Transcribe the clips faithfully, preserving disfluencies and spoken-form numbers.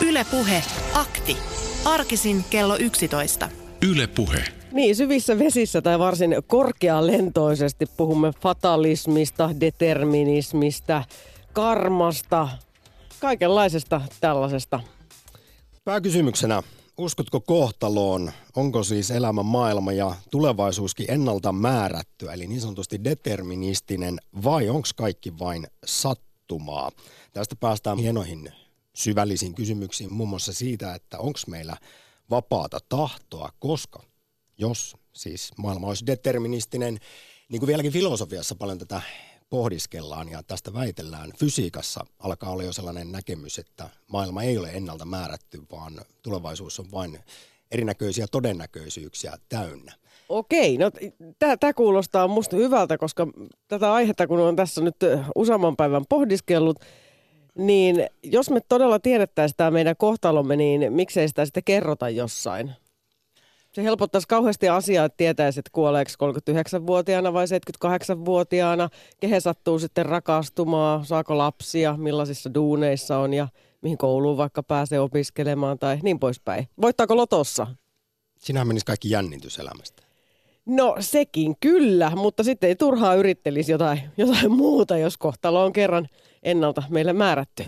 Yle Puhe, akti. Arkisin kello yksitoista. Yle Puhe. Niin, syvissä vesissä tai varsin korkealentoisesti puhumme fatalismista, determinismista, karmasta, kaikenlaisesta tällaisesta. Pääkysymyksenä, uskotko kohtaloon? Onko siis elämä, maailma ja tulevaisuuskin ennalta määrätty, eli niin sanotusti deterministinen, vai onko kaikki vain sattumaa? Tästä päästään hienoihin syvällisiin kysymyksiin, muun muassa siitä, että onko meillä vapaata tahtoa, koska jos siis maailma olisi deterministinen, niin kuin vieläkin filosofiassa paljon tätä pohdiskellaan ja tästä väitellään, fysiikassa alkaa olla jo sellainen näkemys, että maailma ei ole ennalta määrätty, vaan tulevaisuus on vain erinäköisiä todennäköisyyksiä täynnä. Okei, no tämä kuulostaa musta hyvältä, koska tätä aihetta kun on tässä nyt useamman päivän pohdiskellut, niin jos me todella tiedettäisiin tämä meidän kohtalomme, niin miksei sitä sitten kerrota jossain? Se helpottaisi kauheasti asiaa, että tietäisi, että kuoleeko kolmekymmentäyhdeksänvuotiaana vai seitsemänkymmentäkahdeksanvuotiaana, kehen sattuu sitten rakastumaan, saako lapsia, millaisissa duuneissa on ja mihin kouluun vaikka pääsee opiskelemaan tai niin poispäin. Voittaako lotossa? Sinähän menisi kaikki jännitys elämästä. No sekin kyllä, mutta sitten ei turhaa yrittelisi jotain, jotain muuta, jos kohtalo on kerran ennalta meille määrätty.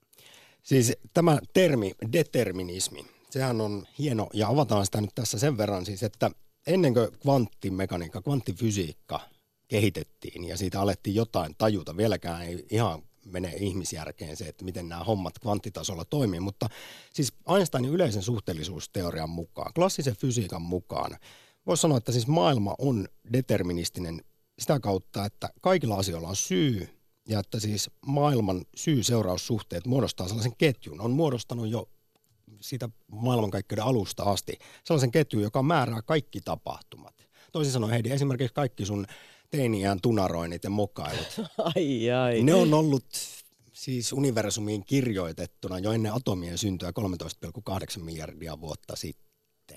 Siis tämä termi determinismi, sehän on hieno ja avataan sitä nyt tässä sen verran siis, että ennen kuin kvanttimekaniikka, kvanttifysiikka kehitettiin ja siitä alettiin jotain tajuta, vieläkään ei ihan mene ihmisjärkeen se, että miten nämä hommat kvanttitasolla toimii, mutta siis Einsteinin yleisen suhteellisuusteorian mukaan, klassisen fysiikan mukaan, voisi sanoa, että siis maailma on deterministinen sitä kautta, että kaikilla asioilla on syy ja että siis maailman syy-seuraussuhteet muodostaa sellaisen ketjun, on muodostanut jo siitä maailmankaikkeuden alusta asti sellaisen ketjun, joka määrää kaikki tapahtumat. Toisin sanoen Heidi, esimerkiksi kaikki sun teiniään tunaroinnit ja mokailut. Ai ai. Ne on ollut siis universumiin kirjoitettuna jo ennen atomien syntyä kolmetoista pilkku kahdeksan miljardia vuotta sitten.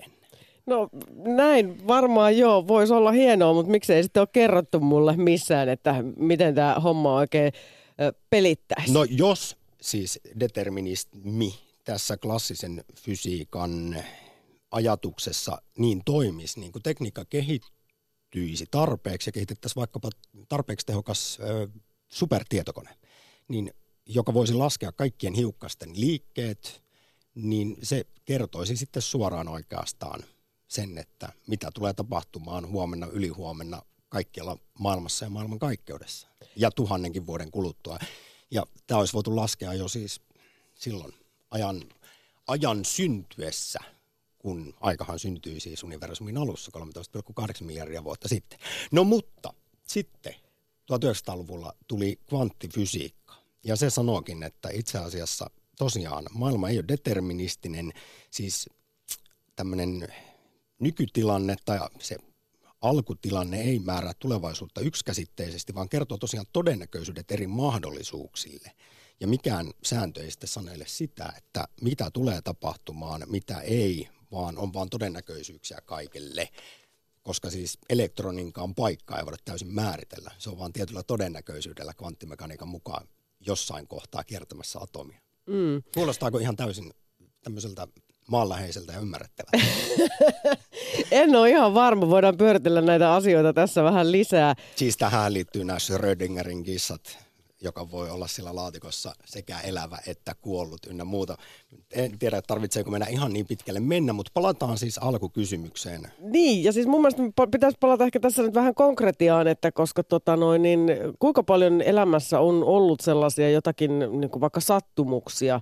No näin varmaan joo, voisi olla hienoa, mutta miksei sitten ole kerrottu mulle missään, että miten tämä homma oikein ö, pelittäisi. No jos siis determinismi tässä klassisen fysiikan ajatuksessa niin toimisi, niin kun tekniikka kehittyisi tarpeeksi ja kehitettäisiin vaikkapa tarpeeksi tehokas ö, supertietokone, niin joka voisi laskea kaikkien hiukkasten liikkeet, niin se kertoisi sitten suoraan oikeastaan sen, että mitä tulee tapahtumaan huomenna, ylihuomenna, kaikkialla maailmassa ja maailman kaikkeudessa. Ja tuhannenkin vuoden kuluttua. Ja tämä olisi voitu laskea jo siis silloin ajan, ajan syntyessä, kun aikahan syntyi siis universumin alussa kolmetoista pilkku kahdeksan miljardia vuotta sitten. No mutta sitten tuhatyhdeksänsataaluvulla tuli kvanttifysiikka. Ja se sanookin, että itse asiassa tosiaan maailma ei ole deterministinen, siis tämmöinen nykytilanne tai se alkutilanne ei määrää tulevaisuutta yksikäsitteisesti, vaan kertoo tosiaan todennäköisyydet eri mahdollisuuksille. Ja mikään sääntö ei sitten sanele sitä, että mitä tulee tapahtumaan, mitä ei, vaan on vaan todennäköisyyksiä kaikille. Koska siis elektroninkaan paikkaa ei voida täysin määritellä. Se on vaan tietyllä todennäköisyydellä kvanttimekaniikan mukaan jossain kohtaa kiertämässä atomia. Mm. Kuulostaako ihan täysin tämmöiseltä maanläheiseltä ja ymmärrettävältä? En ole ihan varma, voidaan pyöritellä näitä asioita tässä vähän lisää. Siis tähän liittyy nämä Schrödingerin kissat, joka voi olla siellä laatikossa sekä elävä että kuollut ynnä muuta. En tiedä, tarvitseeko mennä ihan niin pitkälle mennä, mutta palataan siis alkukysymykseen. Niin, ja siis mun mielestä pitäisi palata ehkä tässä nyt vähän konkretiaan, että koska tota noin, niin kuinka paljon elämässä on ollut sellaisia jotakin niin kuin vaikka sattumuksia,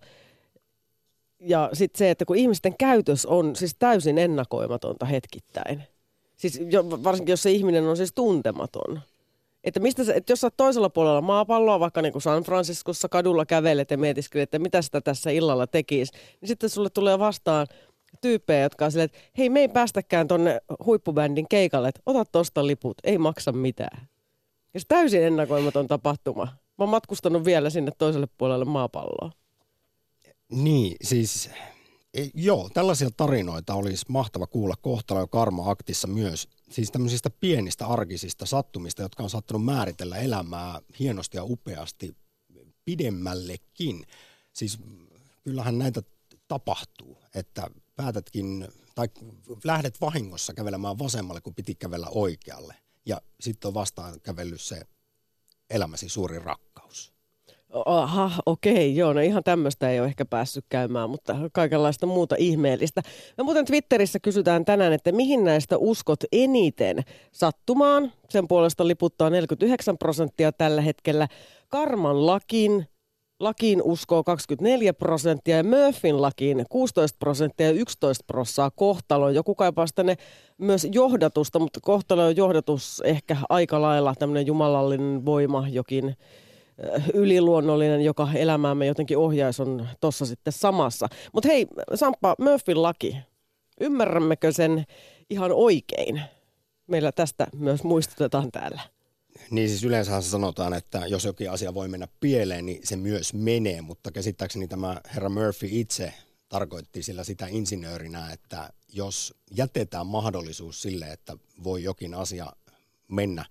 ja sitten se, että kun ihmisten käytös on siis täysin ennakoimatonta hetkittäin. Siis jo, varsinkin jos se ihminen on siis tuntematon. Että, mistä se, että jos sä oot toisella puolella maapalloa, vaikka niin kuin San Franciscossa kadulla kävelet ja mietiskelet, että mitä sitä tässä illalla tekisi, niin sitten sulle tulee vastaan tyyppejä, jotka on silleen, että hei, me ei päästäkään tonne huippubändin keikalle, että ota tosta liput, ei maksa mitään. Ja se täysin ennakoimaton tapahtuma. Mä oon matkustanut vielä sinne toiselle puolelle maapalloa. Niin, siis joo, tällaisia tarinoita olisi mahtava kuulla Kohtalo- ja Karma-aktissa myös. Siis tämmöisistä pienistä arkisista sattumista, jotka on saattanut määritellä elämää hienosti ja upeasti pidemmällekin. Siis kyllähän näitä tapahtuu, että päätätkin tai lähdet vahingossa kävelemään vasemmalle, kun piti kävellä oikealle. Ja sitten on vastaan kävellyt se elämäsi suurin rakkaus. Aha, okei, joo, no ihan tämmöistä ei ole ehkä päässyt käymään, mutta kaikenlaista muuta ihmeellistä. No muuten Twitterissä kysytään tänään, että mihin näistä uskot eniten? Sattumaan, sen puolesta liputtaa neljäkymmentäyhdeksän prosenttia tällä hetkellä. Karman lakiin, lakiin uskoo kaksikymmentäneljä prosenttia ja Murphyn lakiin kuusitoista prosenttia ja yksitoista prosenttia kohtaloon. Joku kaipaa tänne myös johdatusta, mutta kohtalon johdatus ehkä aika lailla tämmöinen jumalallinen voima, jokin yliluonnollinen, joka elämäämme jotenkin ohjaisi, on tuossa sitten samassa. Mutta hei, Samppa, Murphyn laki, ymmärrämmekö sen ihan oikein? Meillä tästä myös muistutetaan täällä. Niin siis yleensähän sanotaan, että jos jokin asia voi mennä pieleen, niin se myös menee, mutta käsittääkseni tämä herra Murphy itse tarkoitti sillä sitä insinöörinä, että jos jätetään mahdollisuus sille, että voi jokin asia mennä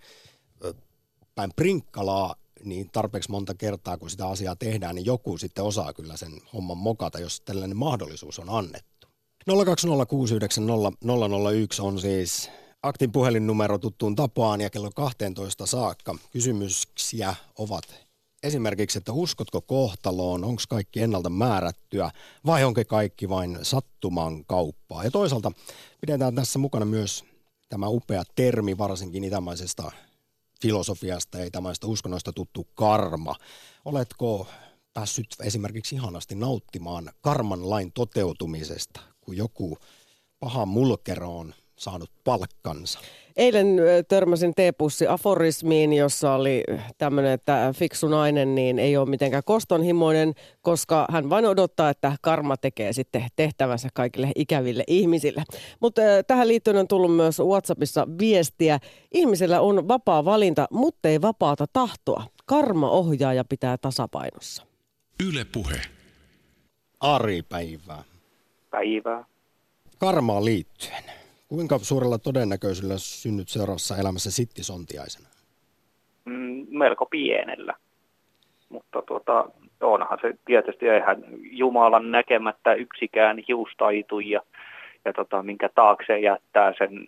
päin prinkkalaa, niin tarpeeksi monta kertaa, kun sitä asiaa tehdään, niin joku sitten osaa kyllä sen homman mokata, jos tällainen mahdollisuus on annettu. nolla kaksi nolla kuusi yhdeksän nolla nolla nolla yksi on siis Aktin puhelinnumero tuttuun tapaan ja kello kaksitoista saakka. Kysymyksiä ovat esimerkiksi, että uskotko kohtaloon, onko kaikki ennalta määrättyä vai onko kaikki vain sattuman kauppaa. Ja toisaalta pidetään tässä mukana myös tämä upea termi, varsinkin itämaisesta filosofiasta ja itämaisesta uskonnoista tuttu karma. Oletko päässyt esimerkiksi ihanasti nauttimaan karman lain toteutumisesta, kun joku paha mulkero on saanut palkkansa? Eilen törmäsin teepussi-aforismiin, jossa oli tämmöinen, että fiksu nainen niin ei ole mitenkään kostonhimoinen, koska hän vain odottaa, että karma tekee sitten tehtävänsä kaikille ikäville ihmisille. Mutta tähän liittyen on tullut myös WhatsAppissa viestiä. Ihmisellä on vapaa valinta, mutta ei vapaata tahtoa. Karma ohjaa ja pitää tasapainossa. Yle Puhe. Ari, päivää. Päivää. Karmaan liittyen. Kuinka suurella todennäköisyydellä synnyt seuraavassa elämässä sittisontiaisena? Mm, melko pienellä. Mutta tuota, onhan se tietysti, eihän Jumalan näkemättä yksikään hiustaitu ja, ja tota, minkä taakse jättää sen,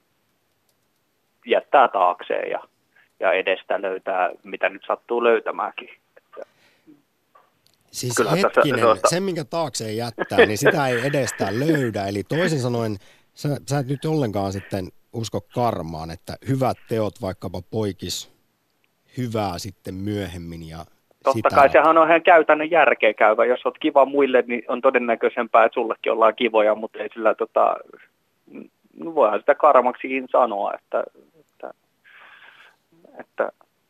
jättää taakseen ja, ja edestä löytää, mitä nyt sattuu löytämäänkin. Siis Kyllähän hetkinen, tässä, tuota... se minkä taakseen jättää, niin sitä ei edestään löydä. Eli toisin sanoen, sä, sä et nyt ollenkaan sitten usko karmaan, että hyvät teot vaikkapa poikis hyvää sitten myöhemmin. Ja Totta sitä... kai sehän on ihan käytännön järkeä käyvä. Jos olet kiva muille, niin on todennäköisempää, että sullekin ollaan kivoja, mutta ei sillä, tota, voihan sitä karmaksikin sanoa, että, että, että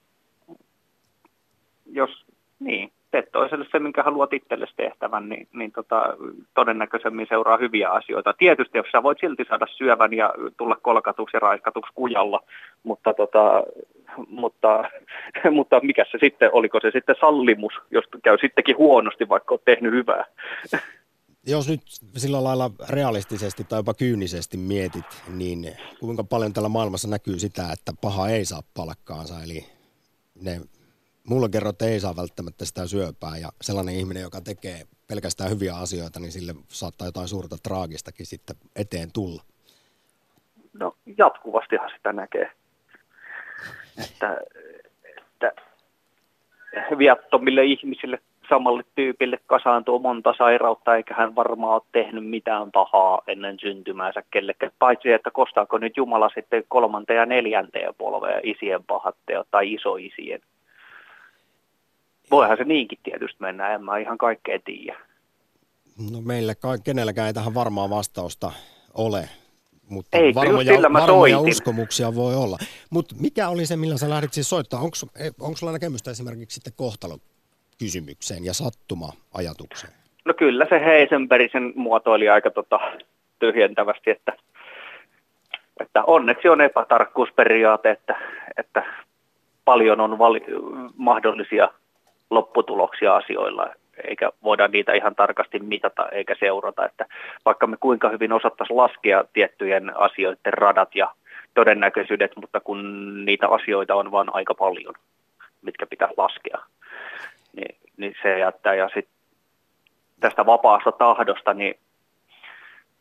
jos niin. teet toiselle se, minkä haluat itsellesi tehtävän, niin, niin tota, todennäköisemmin seuraa hyviä asioita. Tietysti, jos sä voit silti saada syövän ja tulla kolkatuksi ja raiskatuksi kujalla, mutta, tota, mutta, mutta mikä se sitten, oliko se sitten sallimus, jos käy sittenkin huonosti, vaikka oot tehnyt hyvää? Jos nyt sillä lailla realistisesti tai jopa kyynisesti mietit, niin kuinka paljon tällä maailmassa näkyy sitä, että paha ei saa palkkaansa, eli ne... Mulla kerrot, ei saa välttämättä sitä syöpää ja sellainen ihminen, joka tekee pelkästään hyviä asioita, niin sille saattaa jotain suurta traagistakin sitten eteen tulla. No jatkuvastihan sitä näkee, että, että viattomille ihmisille, samalle tyypille kasaantuu monta sairautta, eikä hän varmaan ole tehnyt mitään pahaa ennen syntymäänsä kellekään. Paitsi, että kostaako nyt Jumala sitten kolmanteen ja neljänteen polveen isien pahat teot tai isoisien. Voihan se niinkin tietysti mennä, en mä ihan kaikkea tiedä. No meillä kenelläkään ei tähän varmaa vastausta ole, mutta Eikö, varmoja, varmoja soitin. uskomuksia voi olla. Mutta mikä oli se, millä sä lähdit siis soittaa? Onko sulla näkemystä esimerkiksi sitten kohtalokysymykseen ja sattuma-ajatukseen? No kyllä se Heisenberg sen muotoili aika tota, tyhjentävästi, että, että onneksi on epätarkkuusperiaate, että, että paljon on vali- mahdollisia lopputuloksia asioilla, eikä voida niitä ihan tarkasti mitata eikä seurata. Että vaikka me kuinka hyvin osattaisiin laskea tiettyjen asioiden radat ja todennäköisyydet, mutta kun niitä asioita on vaan aika paljon, mitkä pitää laskea, niin, niin se jättää. Ja sitten tästä vapaasta tahdosta, niin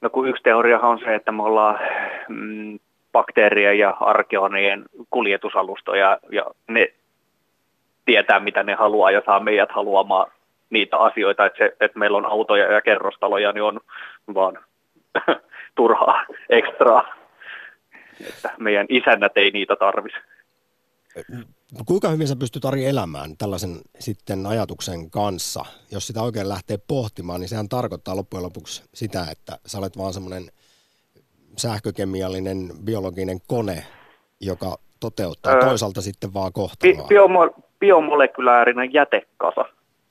No kun yksi teoriahan on se, että me ollaan mm, bakteerien ja arkeonien kuljetusalustoja ja ne tietää, mitä ne haluaa ja saa meidät haluamaan niitä asioita, että, se, että meillä on autoja ja kerrostaloja, niin on vaan turhaa ekstraa, että meidän isännät ei niitä tarvisi. Kuinka hyvin sä pystyt, Ari, elämään tällaisen sitten ajatuksen kanssa? Jos sitä oikein lähtee pohtimaan, niin sehän tarkoittaa loppujen lopuksi sitä, että sä olet vaan semmoinen sähkökemiallinen biologinen kone, joka toteuttaa öö, toisaalta sitten vaan kohtaloa. Biomo- biomolekyläärinen jätekasa.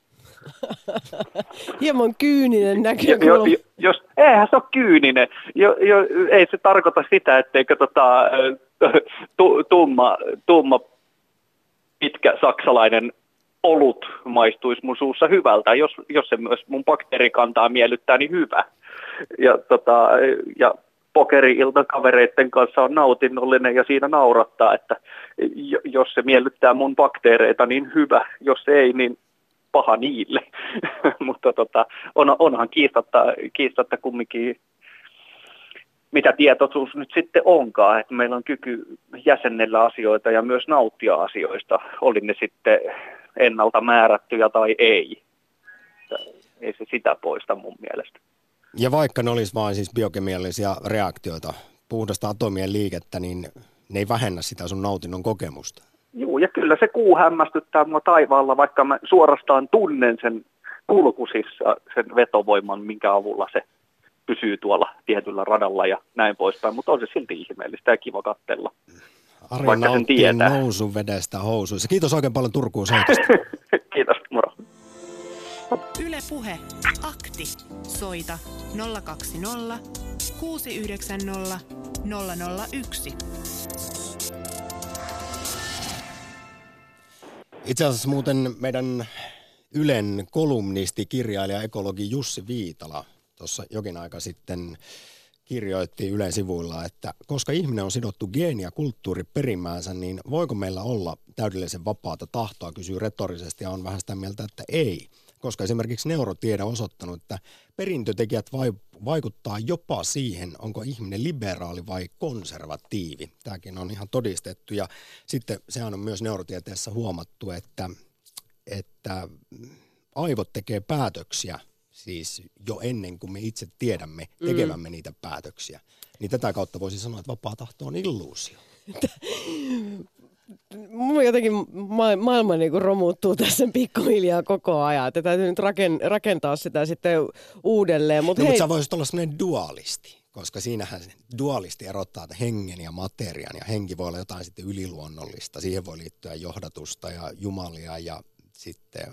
Hieman kyyninen näkökulma. Jo, jo, jos, eihän se ole kyyninen. Jo, jo, ei se tarkoita sitä, etteikö tota, tu, tumma, tumma pitkä saksalainen olut maistuisi mun suussa hyvältä. Jos, jos se myös mun bakteerikantaa miellyttää, niin hyvä. Ja, tota, ja pokeri-ilta kavereiden kanssa on nautinnollinen ja siinä naurattaa, että jos se miellyttää mun bakteereita, niin hyvä. Jos ei, niin paha niille. Mutta tota, on, onhan kiistatta, kiistatta kumminkin, mitä tietoisuus nyt sitten onkaan, että meillä on kyky jäsennellä asioita ja myös nauttia asioista, oli ne sitten ennalta määrättyjä tai ei. Ei se sitä poista mun mielestä. Ja vaikka ne olisi vain siis biokemiallisia reaktioita, puhdasta atomien liikettä, niin ne ei vähennä sitä sun nautinnon kokemusta. Joo, ja kyllä se kuu hämmästyttää mua taivaalla, vaikka mä suorastaan tunnen sen kulkusissa, sen vetovoiman, minkä avulla se pysyy tuolla tietyllä radalla ja näin poispäin, mutta on se silti ihmeellistä ja kiva katsella. Ari nauttii nousun vedestä housuissa. Kiitos oikein paljon Turkuun soitosta. Kiitos, moro. Yle Puhe, akti. Soita nolla kaksi nolla kuusi yhdeksän nolla nolla nolla yksi. Itse asiassa muuten meidän Ylen kolumnisti, kirjailija, ekologi Jussi Viitala tuossa jokin aika sitten kirjoitti Ylen sivuilla, että koska ihminen on sidottu geeni- ja kulttuuriperimäänsä, niin voiko meillä olla täydellisen vapaata tahtoa, kysyy retorisesti ja on vähän sitä mieltä, että ei. Koska esimerkiksi neurotiede on osoittanut, että perintötekijät vaikuttaa jopa siihen, onko ihminen liberaali vai konservatiivi. Tämäkin on ihan todistettu ja sitten sehän on myös neurotieteessä huomattu, että, että aivot tekee päätöksiä siis jo ennen kuin me itse tiedämme tekevämme mm. niitä päätöksiä. Niin tätä kautta voisi sanoa, että vapaa tahto on illuusio. Mun jotenkin ma- maailma niinku romuuttuu tässä pikkuhiljaa koko ajan. Että täytyy nyt raken- rakentaa sitä sitten uudelleen. Mut no, hei... mutta sä voisit olla sellainen dualisti, koska siinähän dualisti erottaa hengen ja materian. Ja henki voi olla jotain sitten yliluonnollista. Siihen voi liittyä johdatusta ja jumalia ja sitten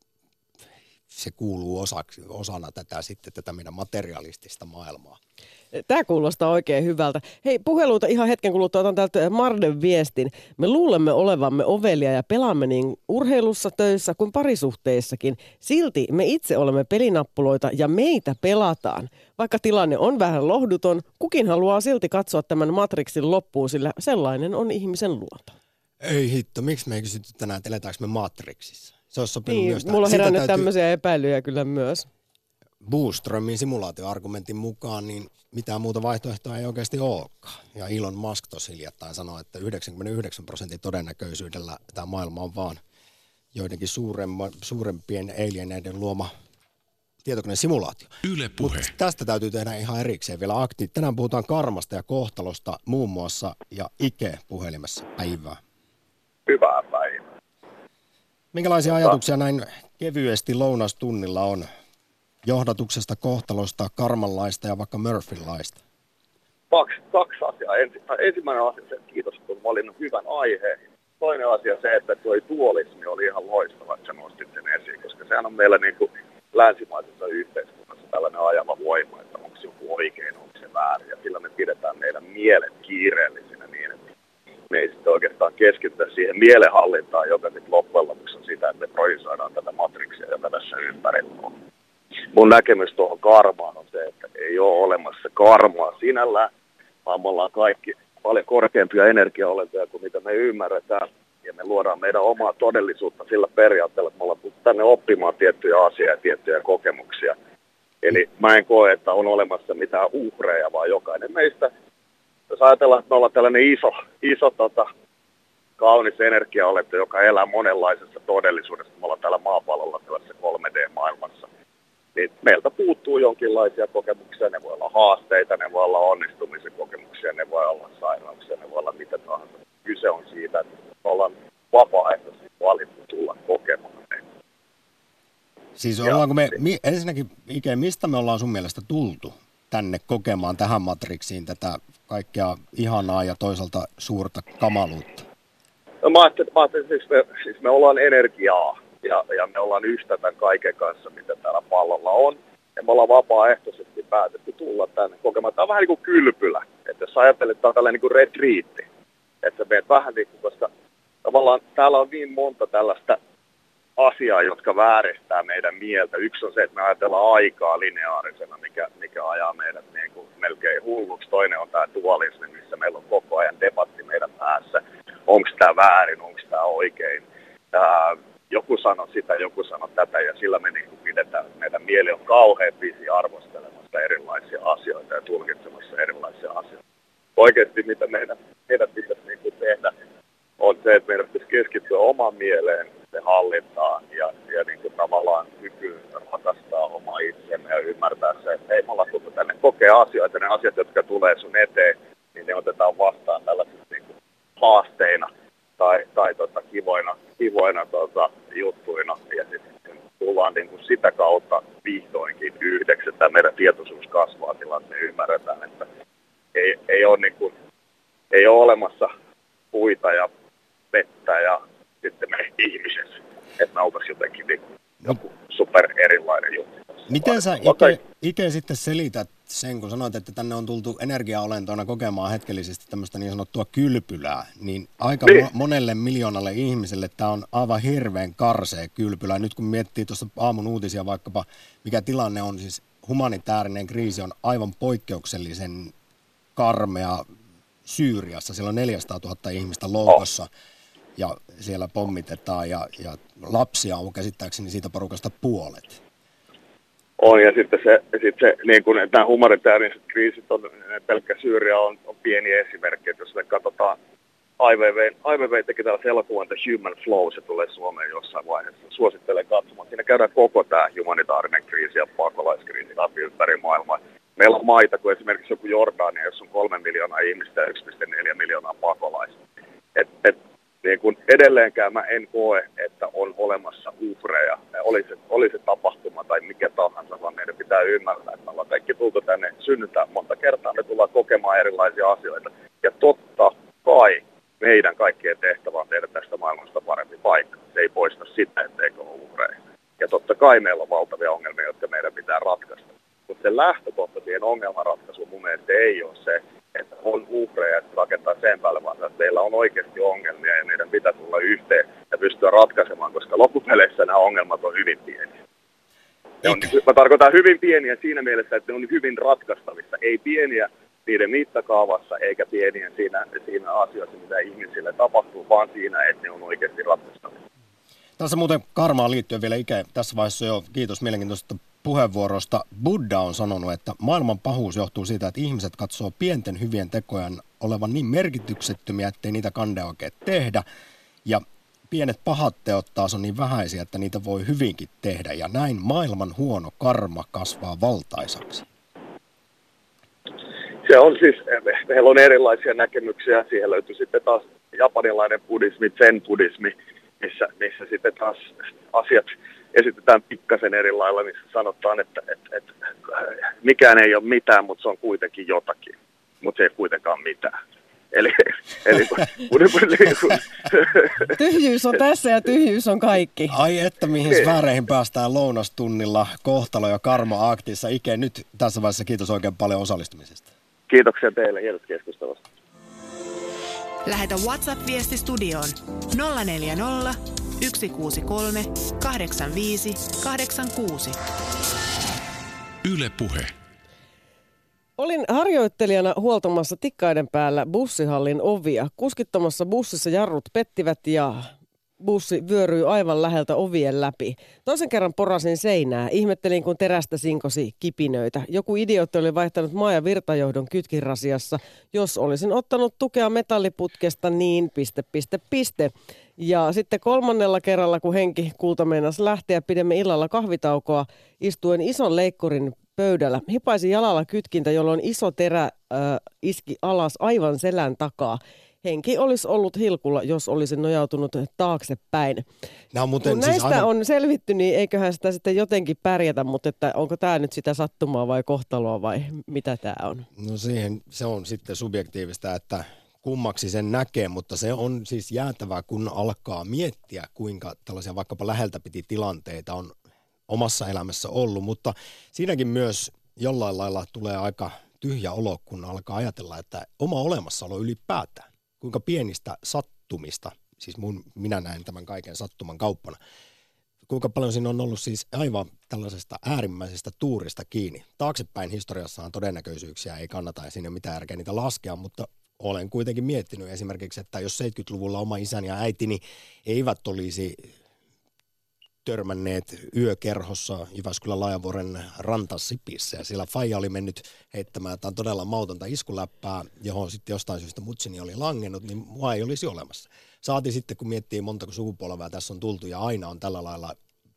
se kuuluu osaksi, osana tätä sitten tätä meidän materialistista maailmaa. Tämä kuulostaa oikein hyvältä. Hei, puheluita ihan hetken kuluttua. Otan täältä Marden viestin. Me luulemme olevamme ovelia ja pelaamme niin urheilussa, töissä kuin parisuhteissakin. Silti me itse olemme pelinappuloita ja meitä pelataan. Vaikka tilanne on vähän lohduton, kukin haluaa silti katsoa tämän Matrixin loppuun, sillä sellainen on ihmisen luonto. Ei hitto, miksi me ei kysytty tänään, että eletäänkö me Matrixissa? Se olisi sopinut niin, myös tähän. Mulla on herännyt täytyy... tämmöisiä epäilyjä kyllä myös. Boströmin simulaatioargumentin mukaan, niin mitään muuta vaihtoehtoa ei oikeasti olekaan. Ja Elon Musk tosi hiljattain sanoi, että yhdeksänkymmentäyhdeksän prosentin todennäköisyydellä tämä maailma on vaan joidenkin suuremma, suurempien alieneiden luoma tietokonesimulaatio. Yle Puhe. Mut tästä täytyy tehdä ihan erikseen vielä akti. Tänään puhutaan karmasta ja kohtalosta muun muassa ja Ike puhelimessa. Päivää. Hyvää päivää. Minkälaisia ajatuksia näin kevyesti lounastunnilla on johdatuksesta, kohtalosta, karmanlaista ja vaikka Murphyn-laista? Kaksi, kaksi asiaa. Ensi, ensimmäinen asia se, että kiitos, kun valinnut hyvän aiheen. Toinen asia se, että tuo dualismi oli ihan loistava, että sä nostit sen esiin, koska sehän on meillä niin kuin länsimaisessa yhteiskunnassa tällainen ajava voima, että onko se joku oikein, onko se väärin. Ja sillä me pidetään meidän mielet kiireellisinä niin, että me ei sitten oikeastaan keskitytä siihen mielenhallintaan, joka sitten loppujen lopuksi on sitä, että me projisoidaan tätä matriksia, joka tässä ympärillä on. Mun näkemys tuohon karmaan on se, että ei ole olemassa karmaa sinällään, vaan me ollaan kaikki paljon korkeampia energiaolentoja kuin mitä me ymmärretään. Ja me luodaan meidän omaa todellisuutta sillä periaatteella, että me ollaan tänne oppimaan tiettyjä asioita ja tiettyjä kokemuksia. Eli mä en koe, että on olemassa mitään uhreja, vaan jokainen meistä, jos ajatellaan, että me ollaan tällainen iso, iso tota, kaunis energiaolento, joka elää monenlaisessa todellisuudessa, me ollaan täällä maapallolla tällaisessa kolme D-maailmassa, niin meiltä puuttuu jonkinlaisia kokemuksia, ne voi olla haasteita, ne voi olla onnistumisen kokemuksia, ne voi olla sairauksia, ne voi olla mitä tahansa. Kyse on siitä, että me ollaan vapaaehtoisesti valittu tulla kokemaan. Siis ollaanko me, mi, ensinnäkin Ike, mistä me ollaan sun mielestä tultu tänne kokemaan tähän matriksiin tätä kaikkea ihanaa ja toisaalta suurta kamaluutta? No, mä ajattelin, mä ajattelin siis, me, siis me ollaan energiaa ja, ja me ollaan yhtä tämän kaiken kanssa, mitä täällä pallolla on. Ja me ollaan vapaaehtoisesti päätetty tulla tänne kokemaan. Tämä on vähän niin kuin kylpylä. Että jos ajattelet, että tämä on tällainen niin kuin retriitti, että sä menet vähän niin kuin, koska tavallaan täällä on niin monta tällaista asiaa, jotka vääristää meidän mieltä. Yksi on se, että me ajatellaan aikaa lineaarisena, mikä, mikä ajaa meidät niin kuin melkein hulluksi. Toinen on tämä dualismi, missä meillä on koko ajan debatti meidän päässä. Onko tämä väärin, onko tämä oikein. Ää, joku sanoo sitä, joku sanoo tätä, ja sillä me niin kuin pidetään. Meidän mieli on kauhean busy arvostelemassa erilaisia asioita ja tulkitsemassa erilaisia asioita. Oikeasti mitä meidän, meidän pitäisi niin kuin tehdä, on se, että meidän pitäisi keskittyä omaan mieleen, se hallintaan ja, ja niin kuin tavallaan kykyyn rakastaa omaa itseämme ja ymmärtää se, että ei me olla tullut tänne kokea asioita. Ne asiat, jotka tulee sun eteen, niin ne otetaan vastaan tällaisina niin kuin haasteina tai, tai tota, kivoina, kivoina tota, juttuina. Ja sitten tullaan niin kuin sitä kautta vihdoinkin yhdeksi, että meidän tietoisuus kasvaa sillä, että me ymmärretään, että ei, ei, ole, niin kuin, ei ole olemassa puita ja vettä ja sitten me ihmiset, että me oltaisiin jotenkin niin joku super erilainen juttu. Miten sä Ike, Ike sitten selität sen, kun sanoit, että tänne on tultu energiaolentoina kokemaan hetkellisesti tämmöistä niin sanottua kylpylää, niin aika niin. monelle miljoonalle ihmiselle tämä on aivan hirveän karsea kylpylä. Nyt kun miettii tuossa aamun uutisia vaikkapa, mikä tilanne on, siis humanitaarinen kriisi on aivan poikkeuksellisen karmea Syyriassa. Siellä on neljäsataatuhatta ihmistä loukossa. Oh. Ja siellä pommitetaan ja, ja lapsia on käsittääkseni siitä porukasta puolet. On ja sitten se, sitten se niin kuin nämä humanitaariset kriisit on, pelkkä Syyria on, on pieni esimerkki, että jos me katsotaan I W W, I W W teki tällaisen elokuvan The Human Flow, se tulee Suomeen jossain vaiheessa, suosittelen katsomaan. Siinä käydään koko tämä humanitaarinen kriisi ja pakolaiskriisi läpi ympäri maailmaa. Meillä on maita kuin esimerkiksi joku Jordania, jossa on kolme miljoonaa ihmistä ja yksi pilkku neljä miljoonaa pakolaista. Et, et, niin kun edelleenkään mä en koe, että on olemassa uhreja, oli se, oli se tapahtuma tai mikä tahansa, vaan meidän pitää ymmärtää, että me ollaan kaikki tultu tänne synnytään monta kertaa, me tullaan kokemaan erilaisia asioita. Ja totta kai meidän kaikkien tehtävä on tehdä tästä maailmasta parempi paikka. Se ei poista sitä, etteikö ole uhreja. Ja totta kai meillä on valtavia ongelmia, jotka meidän pitää ratkaista. Mutta se lähtökohta siihen ongelmanratkaisuun mun mielestä ei ole se, että on uhreja, että rakentaa sen päälle, vaan että meillä on oikeasti ongelmia ja meidän pitää tulla yhteen ja pystyä ratkaisemaan, koska loppupeleissä nämä ongelmat on hyvin pieniä. On, mä tarkoitan hyvin pieniä siinä mielessä, että ne on hyvin ratkaistavissa. Ei pieniä niiden mittakaavassa eikä pieniä siinä, siinä asioissa, mitä ihmisille tapahtuu, vaan siinä, että ne on oikeasti ratkaistavissa. Tässä muuten karmaan liittyen vielä Ike, tässä vaiheessa jo kiitos mielenkiintoisesta puheenvuorosta. Buddha on sanonut, että maailman pahuus johtuu siitä, että ihmiset katsoo pienten hyvien tekojen olevan niin merkityksettömiä, ettei niitä kande oikein tehdä. Ja pienet pahat teot taas on niin vähäisiä, että niitä voi hyvinkin tehdä. Ja näin maailman huono karma kasvaa valtaisaksi. Se on siis, meillä on erilaisia näkemyksiä. Siihen löytyy sitten taas japanilainen buddhismi, zen-buddhismi, missä, missä sitten taas asiat esitetään pikkasen eri lailla, missä sanotaan, että, että, että mikään ei ole mitään, mutta se on kuitenkin jotakin, mutta se ei kuitenkaan mitään. Eli, eli tyhjyys on tässä ja tyhjyys on kaikki. Ai että mihin sfääreihin päästään lounastunnilla kohtalo- ja karma-aktissa. Ike, nyt tässä vaiheessa kiitos oikein paljon osallistumisesta. Kiitoksia teille hienosta keskustelusta. Lähetä WhatsApp-viesti studioon nolla neljä nolla, yksi kuusi kolme, kahdeksan viisi, kahdeksan kuusi. Yle Puhe. Olin harjoittelijana huoltamassa Tikkaiden päällä bussihallin ovia. Kuskittomassa bussissa jarrut pettivät ja bussi vyöryi aivan läheltä ovien läpi. Toisen kerran porasin seinää. Ihmettelin, kun terästä sinkosi kipinöitä. Joku idiootti oli vaihtanut maa- ja virtajohdon kytkinrasiassa. Jos olisin ottanut tukea metalliputkesta, niin piste, piste, piste. Ja sitten kolmannella kerralla, kun henki kulta meinasi lähteä, pidemme illalla kahvitaukoa, istuen ison leikkurin pöydällä. Hipaisin jalalla kytkintä, jolloin iso terä äh, iski alas aivan selän takaa. Henki olisi ollut hilkulla, jos olisi nojautunut taaksepäin. No, muuten, kun siis näistä aivan... on selvitty, niin eiköhän sitä sitten jotenkin pärjätä, mutta että onko tämä nyt sitä sattumaa vai kohtaloa vai mitä tämä on? No siihen se on sitten subjektiivista, että kummaksi sen näkee, mutta se on siis jäätävää, kun alkaa miettiä, kuinka tällaisia vaikkapa läheltä piti tilanteita on omassa elämässä ollut, mutta siinäkin myös jollain lailla tulee aika tyhjä olo, kun alkaa ajatella, että oma olemassaolo ylipäätään, kuinka pienistä sattumista, siis mun, minä näen tämän kaiken sattuman kauppana, kuinka paljon siinä on ollut siis aivan tällaisesta äärimmäisestä tuurista kiinni. Taaksepäin historiassaan todennäköisyyksiä ei kannata ja siinä ei ole mitään järkeä niitä laskea, mutta olen kuitenkin miettinyt esimerkiksi, että jos seitsemänkymmentäluvulla oma isäni ja äitini eivät olisi törmänneet yökerhossa Jyväskylän Laajavuoren rantasipissä ja siellä faija oli mennyt heittämään jotain todella mautonta iskuläppää, johon sitten jostain syystä mutsini oli langennut, niin mua ei olisi olemassa. Saati sitten, kun miettii montako sukupolvea tässä on tultu ja aina on tällä lailla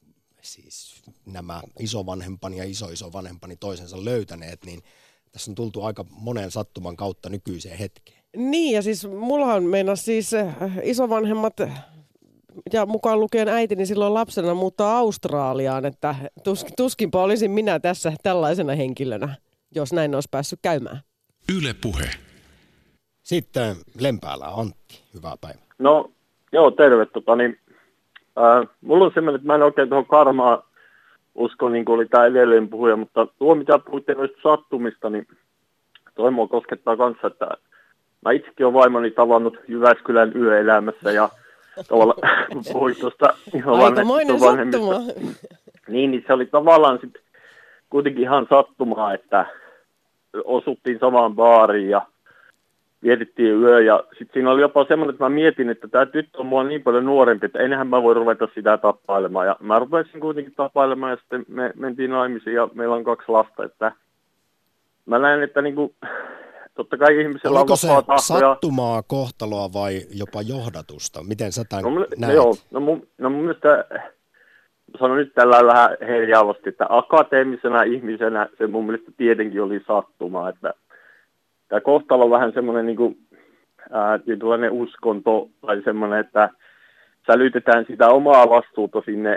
siis nämä isovanhempani ja iso-isovanhempani toisensa löytäneet, niin tässä on tultu aika monen sattuman kautta nykyiseen hetkeen. Niin, ja siis mullahan meinas siis isovanhemmat ja mukaan lukien äitini silloin lapsena muuttaa Australiaan, että tus, tuskinpa olisin minä tässä tällaisena henkilönä, jos näin olisi päässyt käymään. Yle Puhe. Sitten Lempäälä Antti, hyvää päivää. No joo, terve. Tota, niin, ää, mulla on semmoinen, että mä en oikein tuohon karmaan usko, niin kuin oli tämä edellinen puhuja, mutta tuo mitä puhuitte noista sattumista, niin toi mua koskettaa kanssa, että mä itsekin olen vaimoni tavannut Jyväskylän yöelämässä ja tavallaan, kun puhuit tuosta aikamoinen sattuma. Niin, niin se oli tavallaan sitten kuitenkin ihan sattumaa, että osuttiin samaan baariin ja vietettiin yö. Ja sitten siinä oli jopa semmoinen, että mä mietin, että tämä tyttö on mua niin paljon nuorempi, että enhän mä voi ruveta sitä tapailemaan. Ja mä rupesin kuitenkin tapailemaan ja sitten me mentiin naimisiin ja meillä on kaksi lasta. Että mä näen, että niinku... Totta kai ihmisellä oliko on vapaa tahto. Se sattumaa, kohtaloa vai jopa johdatusta? Miten sä tämän no, näet? No joo, no mun, no mun mielestä, sanon nyt tällä vähän herjaavasti, että akateemisena ihmisenä se mun mielestä tietenkin oli sattumaa. Että tämä kohtalo on vähän semmoinen niin kuin, ää, tietynlainen uskonto tai semmoinen, että sälytetään sitä omaa vastuuta sinne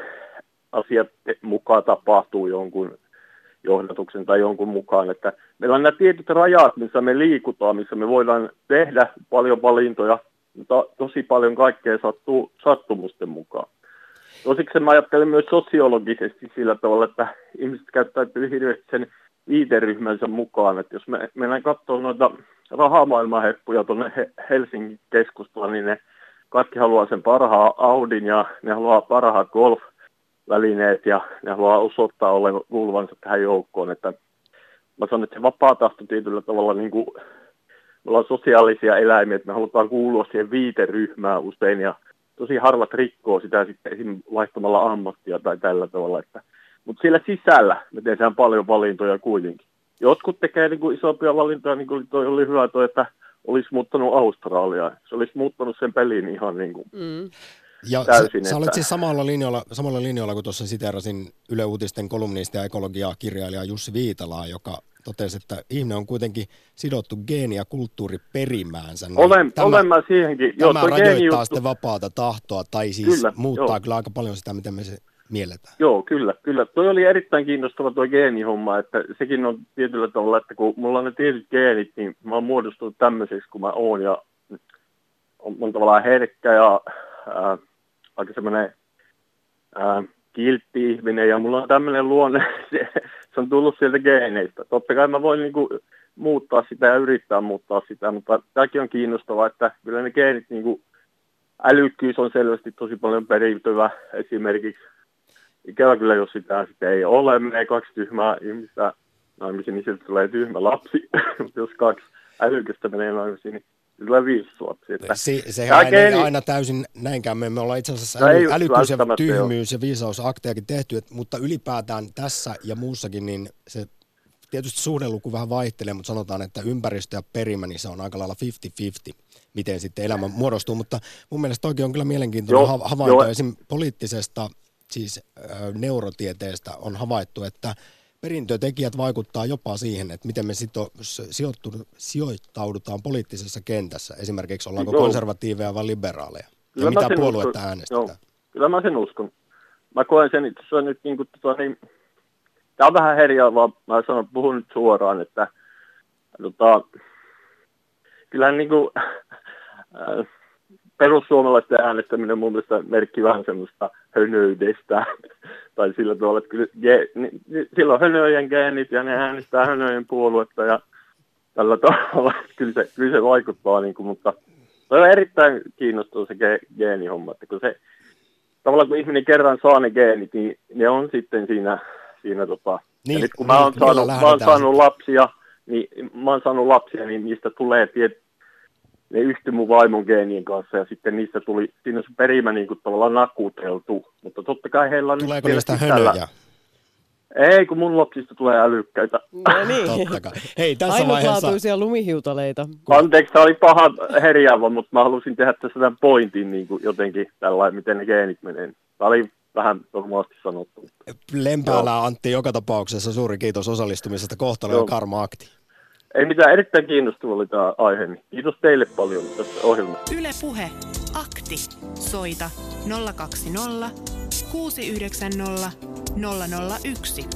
asiat mukaan tapahtuu jonkun johdatuksen tai jonkun mukaan, että meillä on nämä tietyt rajat, missä me liikutaan, missä me voidaan tehdä paljon valintoja, mutta tosi paljon kaikkea sattuu sattumusten mukaan. Tosiksi mä ajattelen myös sosiologisesti sillä tavalla, että ihmiset käyttäytyy hirveästi sen viiteryhmänsä mukaan, että jos me mennään katsomaan noita rahamaailmanheppuja tuonne Helsingin keskustaan, niin ne kaikki haluaa sen parhaan Audin ja ne haluaa parhaat golf välineet ja ne haluaa osoittaa olevan kuuluvansa tähän joukkoon, että mä sanon, että se vapaa tahto tietyllä tavalla, niin kuin, me ollaan sosiaalisia eläimiä, että me halutaan kuulua siihen viiteryhmään usein ja tosi harvat rikkoo sitä sitten esimerkiksi vaihtamalla ammattia tai tällä tavalla, että, mutta siellä sisällä me tehdään paljon valintoja kuitenkin. Jotkut tekee niin kuin isompia valintoja, niin kuin toi oli hyvä toi, että olisi muuttanut Australiaan, se olisi muuttanut sen pelin ihan niin kuin mm. Ja täysin, sä, sä olet siis samalla linjoilla, samalla linjoilla kuin tuossa siteerasin Yle Uutisten kolumnisti ja ekologiakirjailija Jussi Viitalaa, joka totesi, että ihminen on kuitenkin sidottu geeni- ja kulttuuriperimäänsä. Niin olen, tämä, olen mä siihenkin. Tämä joo, rajoittaa sitten vapaata tahtoa tai siis kyllä, muuttaa joo. kyllä aika paljon sitä, miten me se mielletään. Joo, kyllä, kyllä. Toi oli erittäin kiinnostava tuo geenihomma, että sekin on tietyllä tavalla, että kun mulla on ne tietyt geenit, niin mä oon muodostunut tämmöiseksi kuin mä oon ja on, on tavallaan herkkä ja ää, aika semmoinen ää, kiltti ihminen ja mulla on tämmöinen luonne, se, se on tullut sieltä geeneistä. Totta kai mä voin niinku muuttaa sitä ja yrittää muuttaa sitä, mutta tämäkin on kiinnostavaa, että kyllä ne geenit, niinku, älykkyys on selvästi tosi paljon periytyvä esimerkiksi. Ikävä kyllä, jos sitä, sitä ei ole, menee kaksi tyhmää ihmistä naimisiin, niin sieltä tulee tyhmä lapsi, mutta jos kaksi älykästä menee naimisiin, niin kyllä vissua. Se, sehän ei geeni... aina täysin näinkään. Me, me ollaan itse asiassa äly, älykkyys ja tyhmyys ja viisausaktejakin tehty, et, mutta ylipäätään tässä ja muussakin, niin se tietysti suhdeluku vähän vaihtelee, mutta sanotaan, että ympäristö ja perimä, niin se on aika lailla viisikymmentä viisikymmentä, miten sitten elämä muodostuu. Mutta mun mielestä toikin on kyllä mielenkiintoinen Joo, havainto. Jo. Esim. poliittisesta, siis äh, neurotieteestä on havaittu, että perintötekijät vaikuttaa jopa siihen, että miten me sito, sijoittaudutaan poliittisessa kentässä. Esimerkiksi ollaanko Joo. konservatiiveja vai liberaaleja. Kyllä ja mitä puoluetta uskon. äänestetään. Joo. Kyllä mä sen uskon. Mä koen sen itse asiassa nyt niin kuin, tota, niin, tämä on vähän herjaavaa, mä sanon, puhun nyt suoraan, että tota, kyllähän niin kuin, äh, perussuomalaisten äänestäminen on mun mielestä merkki vähän semmoista hönöydestä, tai sillä tavalla, että kyllä, ge, ni, sillä on hönöjen geenit ja ne äänestää hönöjen puoluetta ja tällä tavalla, kyllä se, kyllä se vaikuttaa, niin kuin, mutta se on erittäin kiinnostava se ge, geenihomma, että kun se, tavallaan kun ihminen kerran saa ne geenit, niin ne on sitten siinä, siinä tota, niin, nyt kun niin, mä oon saanut, mä oon saanut lapsia, niin mä oon saanut lapsia, niin niistä tulee tiet, ne yhtyi mun vaimon geenien kanssa ja sitten niistä tuli, siinä on se perimä niin kuin tavallaan nakuteltu, mutta totta kai heillä on... Tuleeko niistä hönöjä? Ei, kun mun lapsista tulee älykkäitä. No niin. Totta kai. Hei, tässä ainutlaatuisia vaiheessa... lumihiutaleita. Anteeksi, tämä oli paha herjäävä, mutta mä halusin tehdä tässä tämän pointin niin kuin jotenkin tällainen, miten ne geenit menee. Tämä oli vähän normaalisti sanottu. Lempäälä Antti joka tapauksessa suuri kiitos osallistumisesta Kohtalo ja Karma-akti. Ei mitään, erittäin kiinnostava oli tämä aihe. Kiitos teille paljon tästä ohjelmasta. Yle Puhe, akti. Soita nolla kaksi nolla kuusi yhdeksän nolla nolla nolla yksi.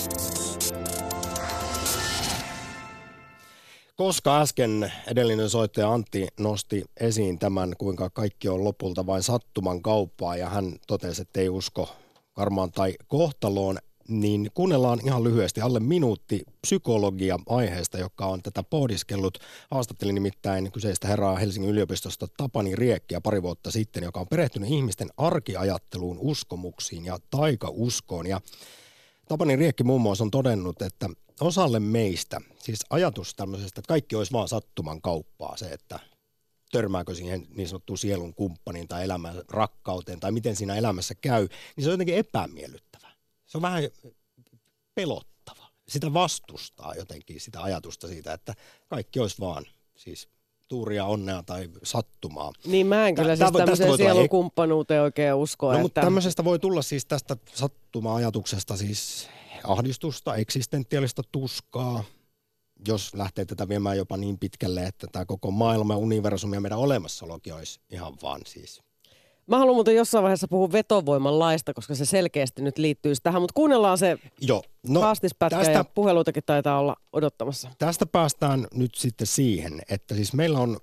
Koska äsken edellinen soittaja Antti nosti esiin tämän, kuinka kaikki on lopulta vain sattuman kauppaa, ja hän totesi, että ei usko karmaan tai kohtaloon, niin kuunnellaan ihan lyhyesti alle minuutti psykologia aiheesta, joka on tätä pohdiskellut. Haastattelin nimittäin kyseistä herraa Helsingin yliopistosta Tapani Riekkiä pari vuotta sitten, joka on perehtynyt ihmisten arkiajatteluun, uskomuksiin ja taikauskoon. Ja Tapani Riekki muun muassa on todennut, että osalle meistä, siis ajatus tämmöisestä, että kaikki olisi vaan sattuman kauppaa, se, että törmääkö siihen niin sanottuun sielun kumppaniin tai elämän rakkauteen tai miten siinä elämässä käy, niin se on jotenkin epämiellyttävä. Se on vähän pelottava. Sitä vastustaa jotenkin sitä ajatusta siitä, että kaikki olisi vaan siis tuuria, onnea tai sattumaa. Niin mä en kyllä Tä, siis tämmöiseen sielukumppanuuteen oikein uskoa. No, että... mutta tämmöisestä voi tulla siis tästä sattuma-ajatuksesta siis ahdistusta, eksistentiaalista tuskaa, jos lähtee tätä viemään jopa niin pitkälle, että tämä koko maailma, universumi ja meidän olemassaolokin olisi ihan vaan siis... Mä haluan muuten jossain vaiheessa puhua vetovoiman laista, koska se selkeästi nyt liittyy tähän, mutta kuunnellaan se Joo, no, haastispätkä tästä, ja puheluitakin taitaa olla odottamassa. Tästä päästään nyt sitten siihen, että siis meillä on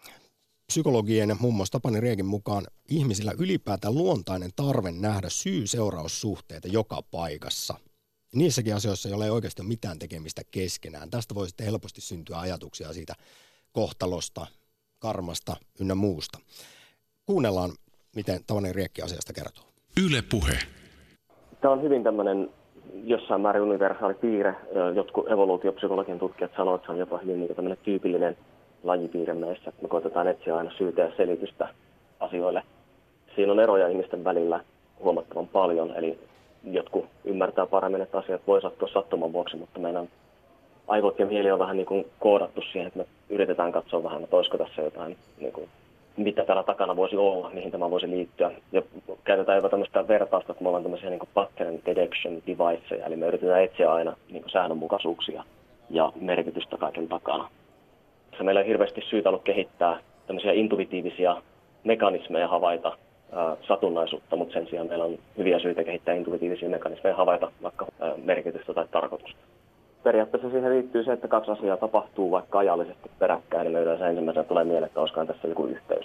psykologien, muun muassa Tapani Riekin mukaan, ihmisillä ylipäätään luontainen tarve nähdä syy-seuraussuhteita joka paikassa. Niissäkin asioissa, joilla ei oikeasti ole mitään tekemistä keskenään. Tästä voi sitten helposti syntyä ajatuksia siitä kohtalosta, karmasta ynnä muusta. Kuunnellaan, miten Tapani Riekki asiasta kertoo. Yle Puhe. Tämä on hyvin tämmöinen jossain määrin universaali piirre. Jotkut evoluutiopsykologian tutkijat sanoo, että se on jopa hyvin niin tämmöinen tyypillinen lajipiirre meissä. Me koetetaan etsiä aina syytä ja selitystä asioille. Siinä on eroja ihmisten välillä huomattavan paljon. Eli jotkut ymmärtää paremmin, että asiat voi sattua sattuman vuoksi, mutta meidän aivot ja mieli on vähän niin kuin koodattu siihen, että me yritetään katsoa vähän, että olisiko tässä jotain, niin kuin, mitä täällä takana voisi olla, mihin tämä voisi liittyä. Ja käytetään jopa tämmöistä vertausta, että me ollaan tämmöisiä niin kuin pattern detection deviceja, eli me yritetään etsiä aina niin kuin säännönmukaisuuksia ja merkitystä kaiken takana. Se meillä on hirveästi syytä ollut kehittää tämmöisiä intuitiivisia mekanismeja havaita ää, satunnaisuutta, mutta sen sijaan meillä on hyviä syitä kehittää intuitiivisia mekanismeja havaita vaikka ää, merkitystä tai tarkoitusta. Periaatteessa siihen liittyy se, että kaksi asiaa tapahtuu vaikka ajallisesti peräkkäin, niin me yleensä ensimmäisenä tulee mieleen, että olisikohan tässä joku yhteys.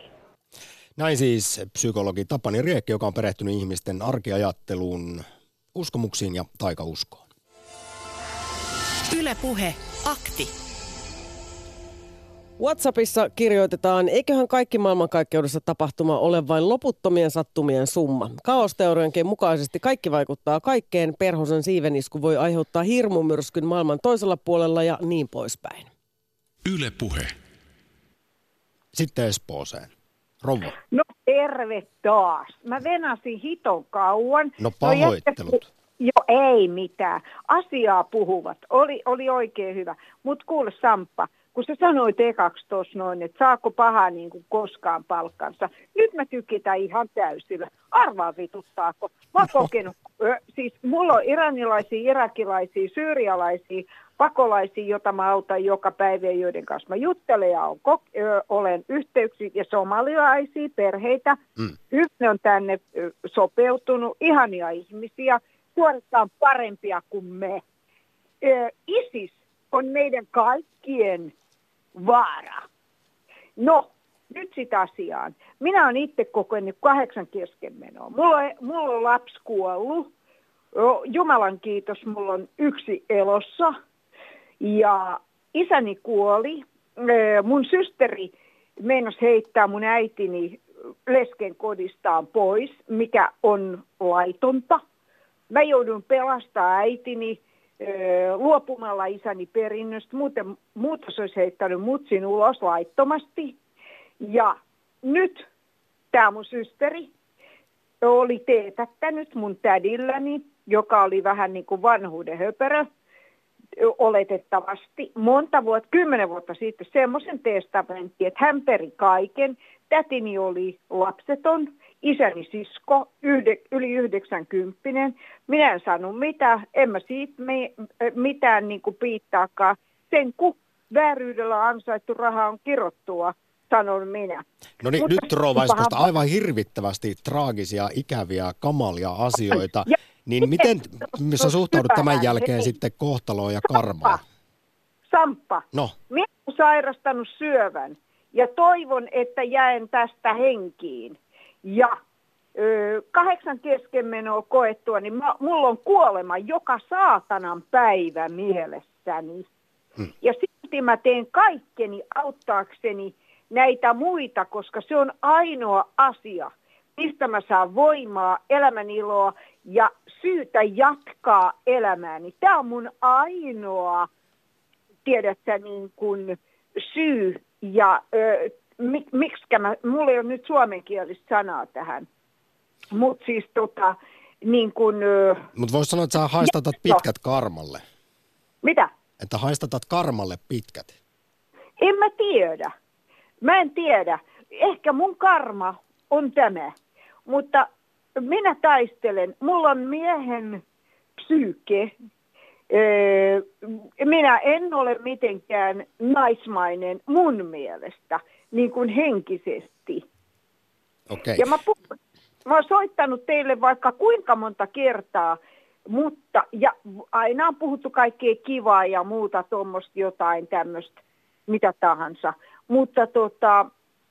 Näin siis psykologi Tapani Riekki, joka on perehtynyt ihmisten arkiajatteluun, uskomuksiin ja taikauskoon. Yle Puhe, akti. WhatsAppissa kirjoitetaan, eiköhän kaikki maailmankaikkeudessa tapahtuma ole vain loputtomien sattumien summa. Kaosteoriankin mukaisesti kaikki vaikuttaa kaikkeen. Perhosen siivenisku voi aiheuttaa hirmumyrskyn maailman toisella puolella ja niin poispäin. Yle Puhe. sitten Espooseen. Rouva. No terve taas. Mä venasin hiton kauan. No pahoittelut. No, joo, ei mitään. Asiaa puhuvat. Oli, oli oikein hyvä. Mutta kuule Samppa, kun sä sanoit ekaksi tuossa noin, että saako paha niin kuin koskaan palkkansa. Nyt mä tykitän ihan täysillä. Arvaa vituttaako. Mä oon kokenut, ö, siis mulla on iranilaisia, irakilaisia, syyrialaisia, pakolaisia, jota mä autan joka päivä, joiden kanssa mä juttelen ja on, ö, olen yhteyksiä, ja somalilaisia perheitä. Mm. Yksi on tänne ö, sopeutunut, ihania ihmisiä, suorastaan parempia kuin me. Ö, ISIS on meidän kaikkien vaara. No, nyt sitä asiaan. Minä olen itse kokenut kahdeksan keskenmenoa. Mulla on, mulla on lapsi kuollut. Jumalan kiitos, mulla on yksi elossa. Ja isäni kuoli. Mun systeri meinasi heittää mun äitini lesken kodistaan pois, mikä on laitonta. Mä joudun pelastamaan äitini luopumalla isäni perinnöstä. Muuten muutos olisi heittänyt mutsin ulos laittomasti. Ja nyt tämä mun systeri oli teetättänyt mun tädilläni, joka oli vähän niin kuin vanhuuden höperö, oletettavasti monta vuotta, kymmenen vuotta sitten semmoisen testamentin, että hän peri kaiken. Tätini oli lapseton, isäni sisko, yhde, yli yhdeksänkymppinen. Minä en saanut mitään, en mä siitä me, mitään niin kuin piittaakaan. Sen kun vääryydellä ansaittu raha on kirottua, sanon minä. No niin, Mutta nyt rouva Espoosta aivan hirvittävästi traagisia, ikäviä, kamalia asioita. Ja, niin miten sä suhtaudut tämän jälkeen hei. sitten kohtaloon ja karmaan? Samppa, no. minä olen sairastanut syövän ja toivon, että jäen tästä henkiin. Ja ö, kahdeksan keskenmenoa koettua, niin mä, mulla on kuolema joka saatanan päivä mielessäni. Hmm. Ja silti mä teen kaikkeni auttaakseni näitä muita, koska se on ainoa asia, mistä mä saan voimaa, elämän iloa ja syytä jatkaa elämääni. Tämä on mun ainoa, tiedätkö, niin kuin syy ja ö, mik, miksikä mä, mulla ei ole nyt suomenkielistä sanaa tähän, mutta siis tota, niin kuin... Mutta voisi sanoa, että sä haistatat pitkät karmalle. Mitä? Että haistatat karmalle pitkät. En mä tiedä. Mä en tiedä. Ehkä mun karma on tämä, mutta minä taistelen. Mulla on miehen psyyke. Minä en ole mitenkään naismainen mun mielestä, niin kuin henkisesti. Okay. Ja mä, puh- mä oon soittanut teille vaikka kuinka monta kertaa, mutta ja aina on puhuttu kaikkea kivaa ja muuta tuommoista jotain tämmöistä, mitä tahansa. Mutta tota,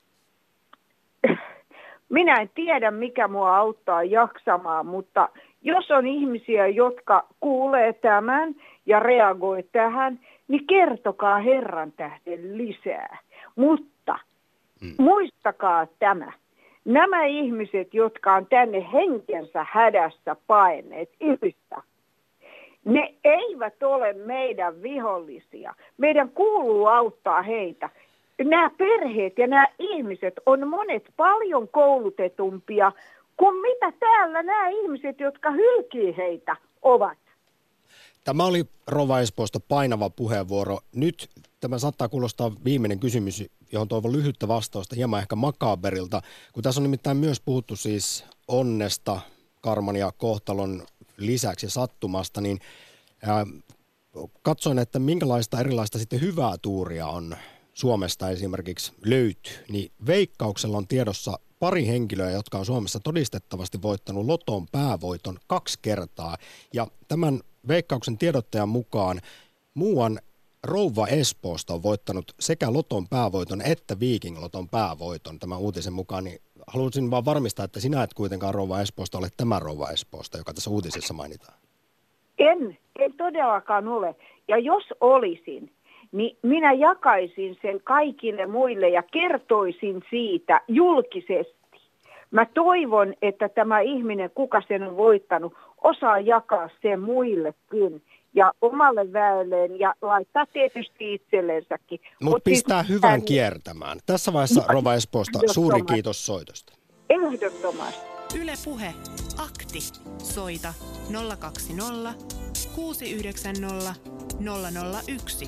minä en tiedä, mikä mua auttaa jaksamaan, mutta jos on ihmisiä, jotka kuulee tämän ja reagoi tähän, niin kertokaa Herran tähden lisää. Mutta mm. muistakaa tämä. Nämä ihmiset, jotka on tänne henkensä hädässä paenneet yhtä, ne eivät ole meidän vihollisia. Meidän kuuluu auttaa heitä. Nämä perheet ja nämä ihmiset on monet paljon koulutetumpia kuin mitä täällä nämä ihmiset, jotka hylkii heitä, ovat. Tämä oli rouva Espoosta painava puheenvuoro. Nyt tämä saattaa kuulostaa viimeinen kysymys, johon toivon lyhyttä vastausta, hieman ehkä makaberilta. Kun tässä on nimittäin myös puhuttu siis onnesta, karman ja kohtalon lisäksi ja sattumasta, niin ää, katsoin, että minkälaista erilaista sitten hyvää tuuria on Suomesta esimerkiksi löytyy, niin Veikkauksella on tiedossa pari henkilöä, jotka on Suomessa todistettavasti voittanut Loton päävoiton kaksi kertaa. Ja tämän Veikkauksen tiedottajan mukaan muuan rouva Espoosta on voittanut sekä Loton päävoiton että Viking Loton päävoiton tämän uutisen mukaan. Niin haluaisin vaan varmistaa, että sinä et kuitenkaan rouva Espoosta ole tämä rouva Espoosta, joka tässä uutisessa mainitaan. En, en todellakaan ole. Ja jos olisin, niin minä jakaisin sen kaikille muille ja kertoisin siitä julkisesti. Mä toivon, että tämä ihminen, kuka sen on voittanut, osaa jakaa sen muillekin. ja omalle väelleen ja laittaa tietysti itsellensäkin. Mutta Mut pistää siis, hyvän niin, kiertämään. Tässä vaiheessa no, Rova Espoosta suuri kiitos soitosta. Ehdottomasti. Yle Puhe. Akti. Soita nolla kaksi nolla kuusi yhdeksän nolla nolla nolla yksi.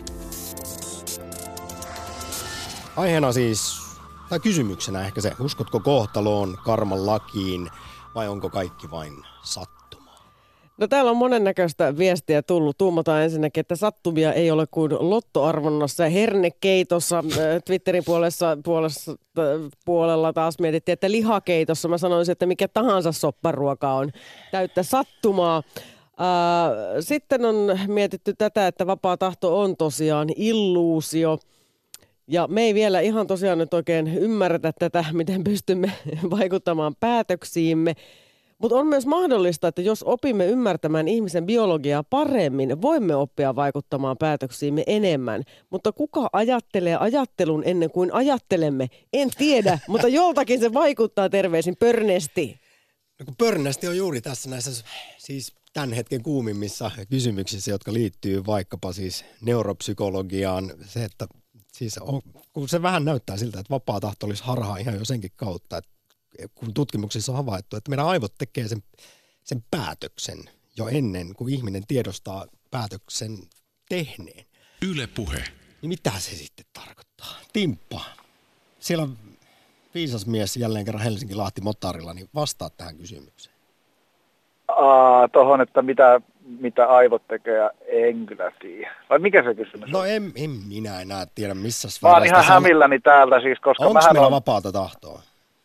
Aiheena siis, tai kysymyksenä ehkä se, uskotko kohtaloon, karman lakiin vai onko kaikki vain sattumaa? No täällä on monennäköistä viestiä tullut. Tuumataan ensinnäkin, että sattumia ei ole kuin lottoarvonnassa ja hernekeitossa. Twitterin puolessa, puolessa, puolella taas mietittiin, että lihakeitossa. Mä sanoisin, että mikä tahansa sopparuoka on täyttä sattumaa. Sitten on mietitty tätä, että vapaa tahto on tosiaan illuusio. Ja me ei vielä ihan tosiaan nyt oikein ymmärretä tätä, miten pystymme vaikuttamaan päätöksiimme. Mutta on myös mahdollista, että jos opimme ymmärtämään ihmisen biologiaa paremmin, voimme oppia vaikuttamaan päätöksiimme enemmän. Mutta kuka ajattelee ajattelun ennen kuin ajattelemme? En tiedä, mutta joltakin se vaikuttaa. Terveisin Pörnesti. No kun Pörnesti on juuri tässä näissä siis tämän hetken kuumimmissa kysymyksissä, jotka liittyy vaikkapa siis neuropsykologiaan. Se, että siis on, kun se vähän näyttää siltä, että vapaa tahto olisi harhaa ihan jo senkin kautta, että kun tutkimuksissa on havaittu, että meidän aivot tekee sen, sen päätöksen jo ennen, kuin ihminen tiedostaa päätöksen tehneen. Yle Puhe. Niin mitä se sitten tarkoittaa? Timppa, siellä on viisas mies jälleen kerran Helsinki-Lahti motarilla, niin vastaa tähän kysymykseen. Aa, tohon, että mitä, mitä aivot tekee, en kyllä tiedä. Vai mikä se kysymys on? No en, en minä enää tiedä, missä sfäärästä. Mä oon ihan hämilläni täältä siis, koska onko meillä on... vapaata tahtoa?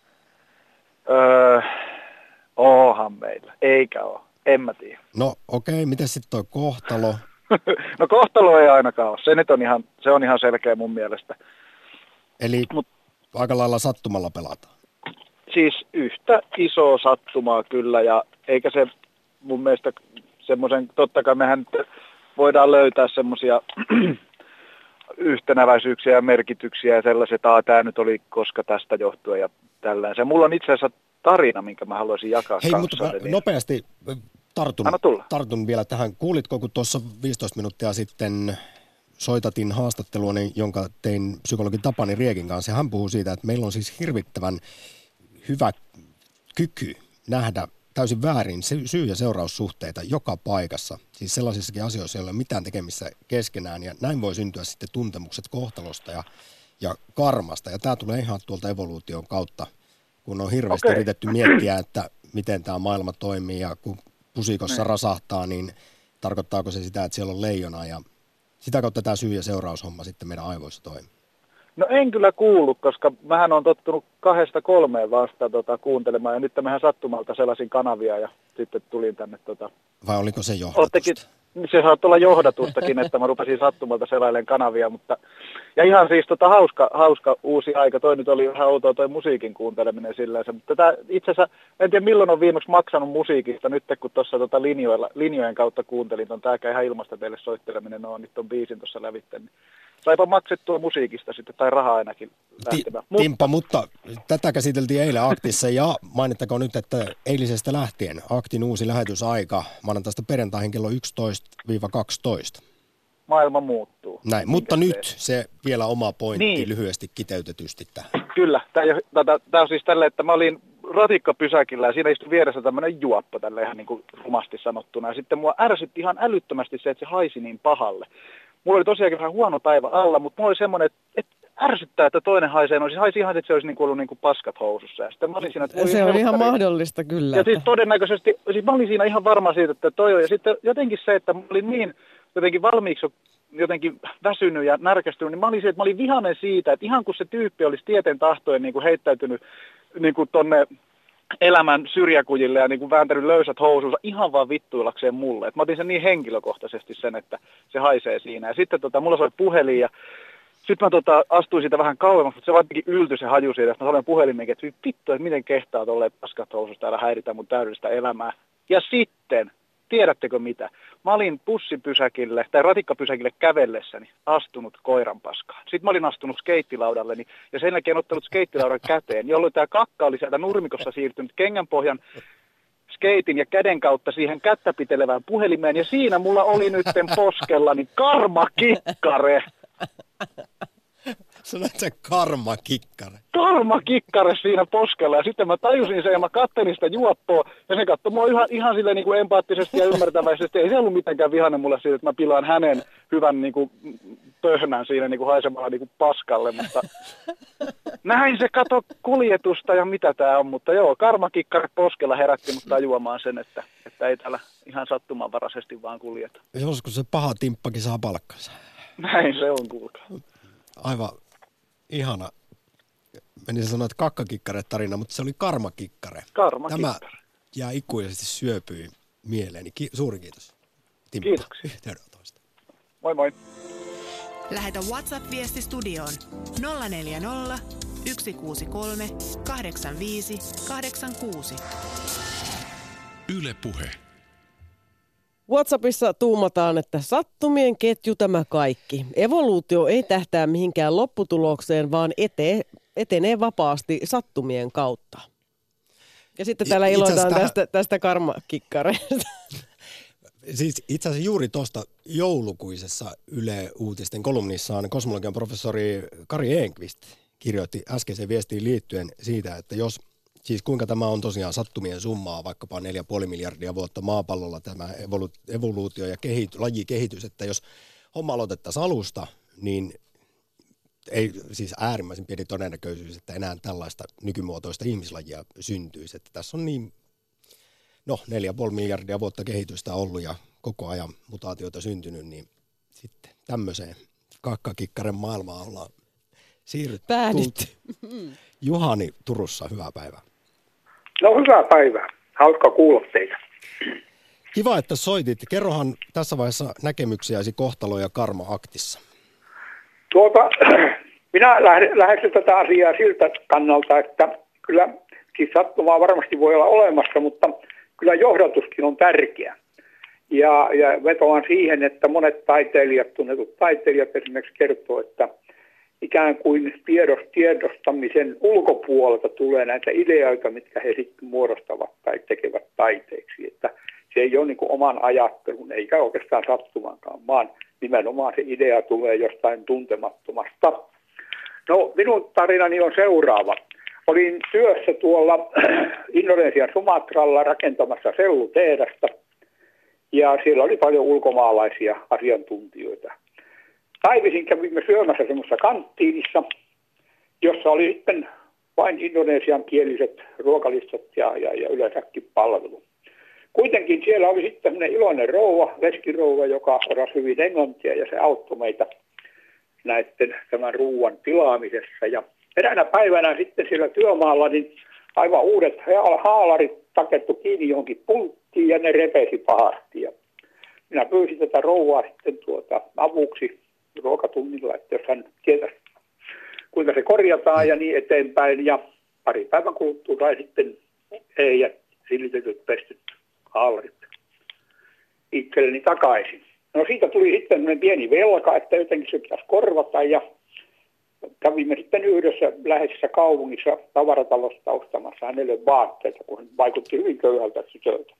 Öö, oohan meillä. Eikä oo. En mä tiedä. No okei, okay. Miten sitten toi kohtalo? No kohtalo ei ainakaan ole. Se nyt on ihan, se on ihan selkeä mun mielestä. Eli Mut, aika lailla sattumalla pelataan? Siis yhtä isoa sattumaa kyllä, ja eikä se mun mielestä semmoisen, totta kai mehän voidaan löytää semmoisia yhtenäväisyyksiä ja merkityksiä ja sellaiset, että tämä nyt oli koska tästä johtuen ja tällään. Se mulla on itse asiassa tarina, minkä mä haluaisin jakaa Hei, kanssa. mutta nopeasti tartun, tartun vielä tähän. Kuulitko, kun tuossa viisitoista minuuttia sitten soitatin haastattelua, jonka tein psykologi Tapani Riekin kanssa. Hän puhuu siitä, että meillä on siis hirvittävän hyvä kyky nähdä täysin väärin syy- ja seuraussuhteita joka paikassa. Siis sellaisissakin asioissa, joilla ei ole mitään tekemistä keskenään. Ja näin voi syntyä sitten tuntemukset kohtalosta ja, ja karmasta. Ja tämä tulee ihan tuolta evoluution kautta, kun on hirveästi okay. yritetty miettiä, että miten tämä maailma toimii. Ja kun pusikossa hmm. rasahtaa, niin tarkoittaako se sitä, että siellä on leijona. Ja sitä kautta tämä syy- ja seuraushomma sitten meidän aivoissa toimii. No en kyllä kuullut, koska mähän on tottunut kahdesta kolmeen vasta tota, kuuntelemaan, ja nyt mehän sattumalta sellaisin kanavia, ja sitten tulin tänne. Tota... Vai oliko se johdatusta? Oottekin, se saattaa olla johdatustakin, että mä rupesin sattumalta selailemaan kanavia, mutta... Ja ihan siis tota, hauska, hauska uusi aika, toi nyt oli vähän outoa toi musiikin kuunteleminen silleen, mutta tää, itse asiassa, en tiedä milloin on viimeksi maksanut musiikista, nyt kun tuossa tota, linjojen kautta kuuntelin, on tääkään ihan ilmasta teille soitteleminen on, nyt on biisin tuossa lävitse, niin saipa maksettua musiikista sitten, tai rahaa ainakin lähtemään. Ti- Timppa, mutta tätä käsiteltiin eilen Aktissa, ja mainittakoon nyt, että eilisestä lähtien Aktin uusi lähetysaika maanantaista perjantaihin kello yksitoista kaksitoista. Maailma muuttuu. Näin, mutta nyt se vielä oma pointti niin. lyhyesti kiteytetysti tähän. Kyllä, tämä on siis tällä, että mä olin ratikkapysäkillä ja siinä istui vieressä tämmöinen juoppa tällä ihan niin kuin rumasti sanottuna. Ja sitten mua ärsytti ihan älyttömästi se, että se haisi niin pahalle. Mulla oli tosiaankin vähän huono päivä alla, mutta mulla oli semmoinen, että, että ärsyttää, että toinen haisee. No siis haisi ihan, että se olisi niin kuin ollut niin kuin paskat housussa. Ja sitten mä olin siinä, että se on ihan mahdollista kyllä. Ja siis todennäköisesti, siis mä olin siinä ihan varma siitä, että toi on. Ja sitten jotenkin se, että mä olin niin jotenkin valmiiksi jotenkin väsynyt ja närkästynyt, niin mä olin, se, että mä olin vihainen siitä, että ihan kun se tyyppi olisi tieten tahtoen niin kuin heittäytynyt niin kuin tonne elämän syrjäkujille ja niin kuin vääntänyt löysät housunsa ihan vaan vittuillakseen mulle. Et mä otin sen niin henkilökohtaisesti sen, että se haisee siinä. Ja sitten tota, mulla soi puhelin ja sitten mä tota, astuin siitä vähän kauemmas, mutta se vaan yltyi se haju siitä. Sitten mä sanoin puhelimeen, että vittu, että miten kehtaa tolleen paskat housusta täällä häiritä mun täydellistä elämää. Ja sitten, tiedättekö mitä? Mä olin bussipysäkille tai ratikkapysäkille kävellessäni astunut koiran paskaan. Sitten mä olin astunut skeittilaudalleni ja sen jälkeen ottanut skeittilaudan käteen, jolloin tämä kakka oli sieltä nurmikossa siirtynyt kengänpohjan skeitin ja käden kautta siihen kättä pitelevään puhelimeen, ja siinä mulla oli nytten poskellani karmakikkare. Sanoit se karmakikkare. Karmakikkare siinä poskella, ja sitten mä tajusin sen, ja mä kattelin sitä juoppoa, ja se katsoi mua ihan, ihan silleen niin kuin empaattisesti ja ymmärtäväisesti. Ei se ollut mitenkään vihainen mulle siitä, että mä pilaan hänen hyvän niin kuin pöhnän siinä niin kuin haisemalla niin kuin paskalle, mutta näin se kato kuljetusta ja mitä tää on, mutta joo, karmakikkare poskella herätti mut tajuamaan sen, että, että ei täällä ihan sattumanvaraisesti vaan kuljeta. Joskus se paha timppakin saa palkkansa. Näin se on, kuulkaa. Aivan ihana. Menin sanoa, että kakkakikkare-tarina, mutta se oli karmakikkare. Karmakikkare. Tämä jää ikuisesti syöpyi mieleeni. Ki- suuri kiitos, Timppa. Kiitoksia. Yhteydenotoista. Moi moi. Lähetä WhatsApp-viesti studioon nolla neljä nolla, yksi kuusi kolme, kahdeksan viisi, kahdeksan kuusi. Yle Puhe. WhatsAppissa tuumataan, että sattumien ketju tämä kaikki. Evoluutio ei tähtää mihinkään lopputulokseen, vaan ete, etenee vapaasti sattumien kautta. Ja sitten täällä Itse iloitaan tähän... tästä, tästä karmakikkareesta. Siis itse asiassa juuri tuosta joulukuisessa Yle Uutisten kolumnissaan kosmologian professori Kari Enqvist kirjoitti äskeiseen viestiin liittyen siitä, että jos, siis kuinka tämä on tosiaan sattumien summaa, vaikkapa neljä pilkku viisi miljardia vuotta maapallolla tämä evolu- evoluutio ja kehity, lajikehitys, että jos homma aloitettaisiin alusta, niin ei siis äärimmäisen pieni todennäköisyys, että enää tällaista nykymuotoista ihmislajia syntyisi. Että tässä on niin, no neljä pilkku viisi miljardia vuotta kehitystä ollut ja koko ajan mutaatioita syntynyt, niin sitten tämmöiseen kakkakikkaren maailmaan ollaan siirrytty. Päädytty. Juhani Turussa, hyvää päivää. No hyvää päivää. Hauska kuulla teitä. Kiva, että soitit. Kerrohan tässä vaiheessa näkemyksiäsi kohtalo- ja karma-aktissa. Tuota, minä lähestyn tätä asiaa siltä kannalta, että kyllä siis sattumaa varmasti voi olla olemassa, mutta kyllä johdatuskin on tärkeä. Ja, ja vetoan siihen, että monet taiteilijat, tunnetut taiteilijat esimerkiksi kertoo, että ikään kuin tiedos, tiedostamisen ulkopuolelta tulee näitä ideoita, mitkä he sitten muodostavat tai tekevät taiteeksi. Että se ei ole niin kuin oman ajattelun eikä oikeastaan sattumankaan, vaan nimenomaan se idea tulee jostain tuntemattomasta. No minun tarinani on seuraava. Olin työssä tuolla Indonesian Sumatralla rakentamassa sellutehdasta ja siellä oli paljon ulkomaalaisia asiantuntijoita. Päivisin kävimme syömässä semmoisessa kanttiinissa, jossa oli sitten vain indonesian kieliset ruokalistat ja, ja, ja yleensäkin palvelu. Kuitenkin siellä oli sitten semmoinen iloinen rouva, leskirouva, joka osasi hyvin englantia ja se auttoi meitä näiden tämän ruuan tilaamisessa. Ja eräänä päivänä sitten siellä työmaalla niin aivan uudet haalarit takettu kiinni johonkin pulttiin ja ne repesi pahasti. Ja minä pyysin tätä rouvaa sitten tuota avuksi ruokatunnilla, että jos hän tietäisi, kuinka se korjataan ja niin eteenpäin. Ja pari päivän kuluttua sai sitten ei ja silitetyt pestyt haalarit itselleni takaisin. No siitä tuli sitten pieni velka, että jotenkin se pitäisi korvata ja kävimme sitten yhdessä läheisessä kaupungissa tavaratalosta ostamassa hänelle vaatteita, kun hän vaikutti hyvin köyhältä tytöltä.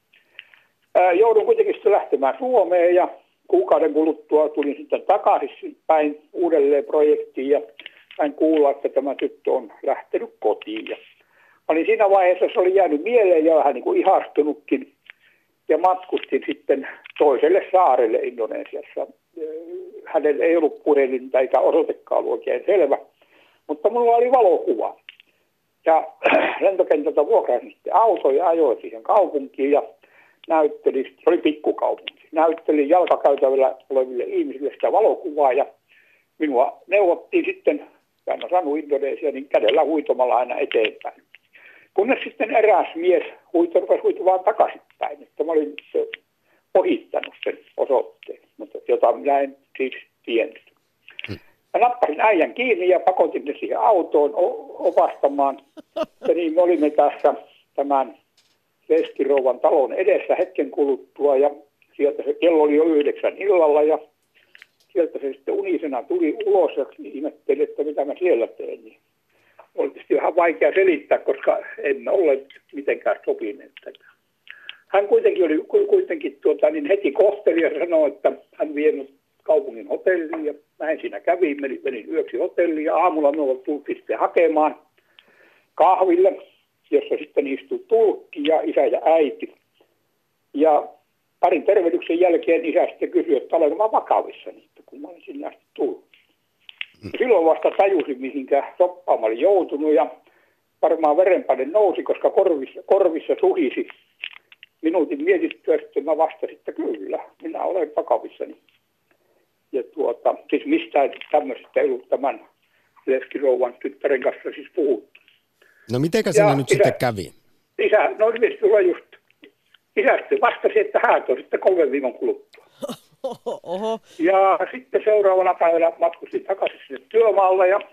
Joudun kuitenkin sitten lähtemään Suomeen ja kuukauden kuluttua tulin sitten takaisin päin uudelleen projektiin ja sain kuulla, että tämä tyttö on lähtenyt kotiin. Ja olin siinä vaiheessa, se oli jäänyt mieleen ja vähän niin kuin ihastunutkin ja matkustin sitten toiselle saarelle Indonesiassa. Hänellä ei ollut puhelinta eikä osoitekaan ollut oikein selvä, mutta minulla oli valokuva. Ja lentokentältä vuokrasin sitten auto ja ajoin siihen kaupunkiin ja näyttelin, se oli pikkukaupunki, näyttelin jalkakäytävällä oleville ihmisille sitä valokuvaa ja minua neuvottiin sitten, en osannut Indonesia, niin kädellä huitomalla aina eteenpäin. Kunnes sitten eräs mies huito, rupesi huitomaan takaisinpäin, että mä olin ohittanut sen osoitteen, mutta jota minä en siis tiennyt. Mä nappasin äijän kiinni ja pakotin ne siihen autoon opastamaan. Ja niin me olimme tässä tämän leskirouvan talon edessä hetken kuluttua ja sieltä se kello oli jo yhdeksän illalla ja sieltä se sitten unisena tuli ulos ja ihmetteli, että mitä mä siellä teen. Niin oli tietysti vähän vaikea selittää, koska emme olleet mitenkään sopineet tätä. hän kuitenkin oli kuitenkin tuota, niin heti kohteli ja sanoi, että hän vie minut kaupungin hotelliin ja näin siinä kävi, menin, menin yöksi hotelliin ja aamulla minulla tultiin sitten hakemaan kahville, jossa sitten istui tulkki ja isä ja äiti. Ja parin tervehdyksen jälkeen isä sitten kysyi, että olenko mä vakavissani, kun mä olin sinne asti tullut. Ja silloin vasta tajusin, mihinkä soppaan mä olin joutunut ja varmaan verenpaine nousi, koska korvissa, korvissa suhisi. Minuutin mietittyä sitten mä vastasin, että kyllä, minä olen vakavissani. Ja tuota, siis mistään tämmöisestä ei ollut tämän leskirouvan tyttären kanssa siis puhuttu. No mitenkä sinne ja nyt isä, sitten kävi? Isä, no ilmeisesti tulee just, isä sitten vastasi, että hän on sitten kolmen viikon kuluttua. Oho. Ja sitten seuraavana päivänä matkustin takaisin sinne työmaalle ja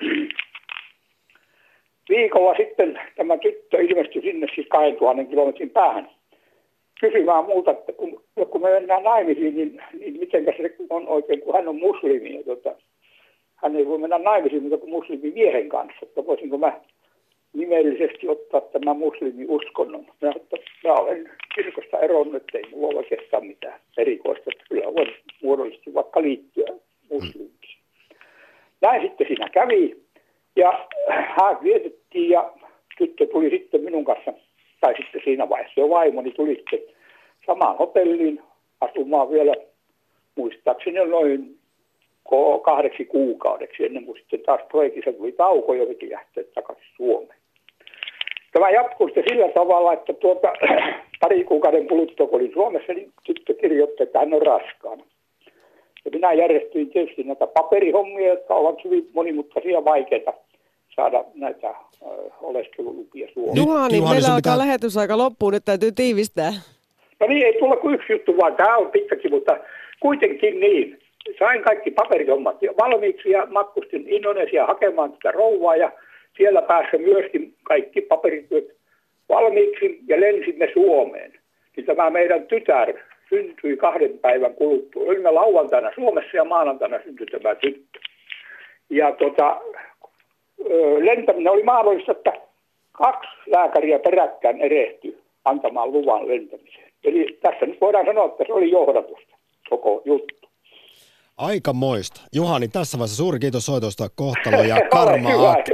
viikolla sitten tämä tyttö ilmestyi sinne siis kahdentuhannen kilometrin päähän kysymään multa, että kun, kun me mennään naimisiin, niin, niin miten se on oikein, kun hän on muslimi. Ja tota, hän ei voi mennä naimisiin, mutta kuin muslimiemiehen kanssa, että voisinko mä nimellisesti ottaa tämän muslimiuskonnon. Mä, että mä olen kirkosta eronnut, että ei mulla ole oikeastaan mitään erikoista, että kyllä voin muodollisesti vaikka liittyä muslimiksi. Näin sitten siinä kävi ja hän vietettiin ja tyttö tuli sitten minun kanssa, tai sitten siinä vaiheessa jo vaimoni tuli sitten samaan hotelliin asumaan vielä muistaakseni noin kahdeksi kuukaudeksi ennen kuin sitten taas projekissa tuli tauko ja piti lähteä takaisin Suomeen. Tämä jatkuu sitten sillä tavalla, että tuota, pari kuukauden kuluttua, kun olin Suomessa, niin tyttö kirjoitti, että hän on raskaana. Ja minä järjestyin tietysti näitä paperihommia, jotka ovat hyvin monimutkaisia ja vaikeita saada näitä äh, oleskelulupia Suomeen. Juhani, Juhani meillä alkaa pitää... lähetysaika loppuun, nyt täytyy tiivistää. No niin, ei tulla kuin yksi juttu, vaan tämä on pitkäkin, mutta kuitenkin niin. Sain kaikki paperihommat valmiiksi ja matkustin Indonesiaan hakemaan tätä rouvaa ja siellä päässä myöskin kaikki paperityöt valmiiksi ja lensimme Suomeen. Niin tämä meidän tytär syntyi kahden päivän kuluttua. Olimme lauantaina Suomessa ja maanantaina syntyi tämä tyttö. Ja tota, lentäminen oli mahdollista, että kaksi lääkäriä peräkkäin erehtyi antamaan luvan lentämiseen. Eli tässä nyt voidaan sanoa, että se oli johdatusta koko juttu. Aikamoista. Juhani, tässä vaiheessa suuri kiitos soitosta, kohtalo ja karma akti.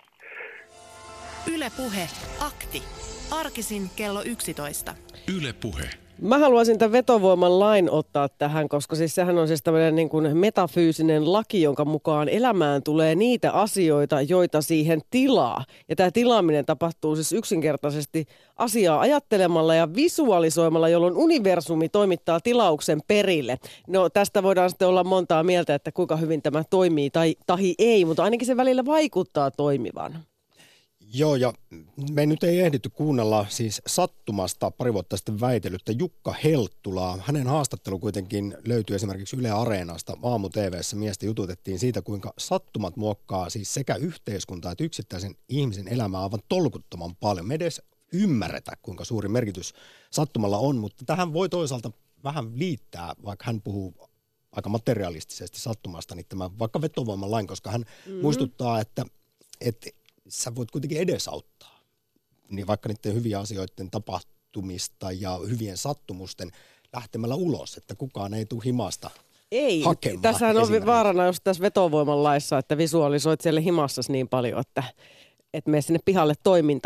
Yle Puhe, akti. Arkisin kello yksitoista. Yle Puhe. Mä haluaisin tämän vetovoiman lain ottaa tähän, koska siis sehän on siis tämmöinen niin kuin metafyysinen laki, jonka mukaan elämään tulee niitä asioita, joita siihen tilaa. Ja tämä tilaaminen tapahtuu siis yksinkertaisesti asiaa ajattelemalla ja visualisoimalla, jolloin universumi toimittaa tilauksen perille. No tästä voidaan sitten olla montaa mieltä, että kuinka hyvin tämä toimii tai tahi ei, mutta ainakin se välillä vaikuttaa toimivan. Joo, ja me nyt ei ehditty kuunnella siis sattumasta pari vuotta sitten väitellyttä Jukka Helttulaa. Hänen haastattelu kuitenkin löytyy esimerkiksi Yle Areenasta. Aamu-T V:ssä miestä jututettiin siitä, kuinka sattumat muokkaa siis sekä yhteiskuntaa että yksittäisen ihmisen elämää aivan tolkuttoman paljon. Me edes ymmärretä, kuinka suuri merkitys sattumalla on, mutta tähän voi toisaalta vähän liittää, vaikka hän puhuu aika materialistisesti sattumasta, niin tämä vaikka vetovoiman lain, koska hän mm-hmm. muistuttaa, että, että sä voit kuitenkin edesauttaa niin vaikka niiden hyvien asioiden tapahtumista ja hyvien sattumusten lähtemällä ulos, että kukaan ei tule himasta ei. hakemaan. Tässähän on vaarana just tässä vetovoiman laissa, että visualisoit siellä himassasi niin paljon, että et mene sinne pihalle toimintaan.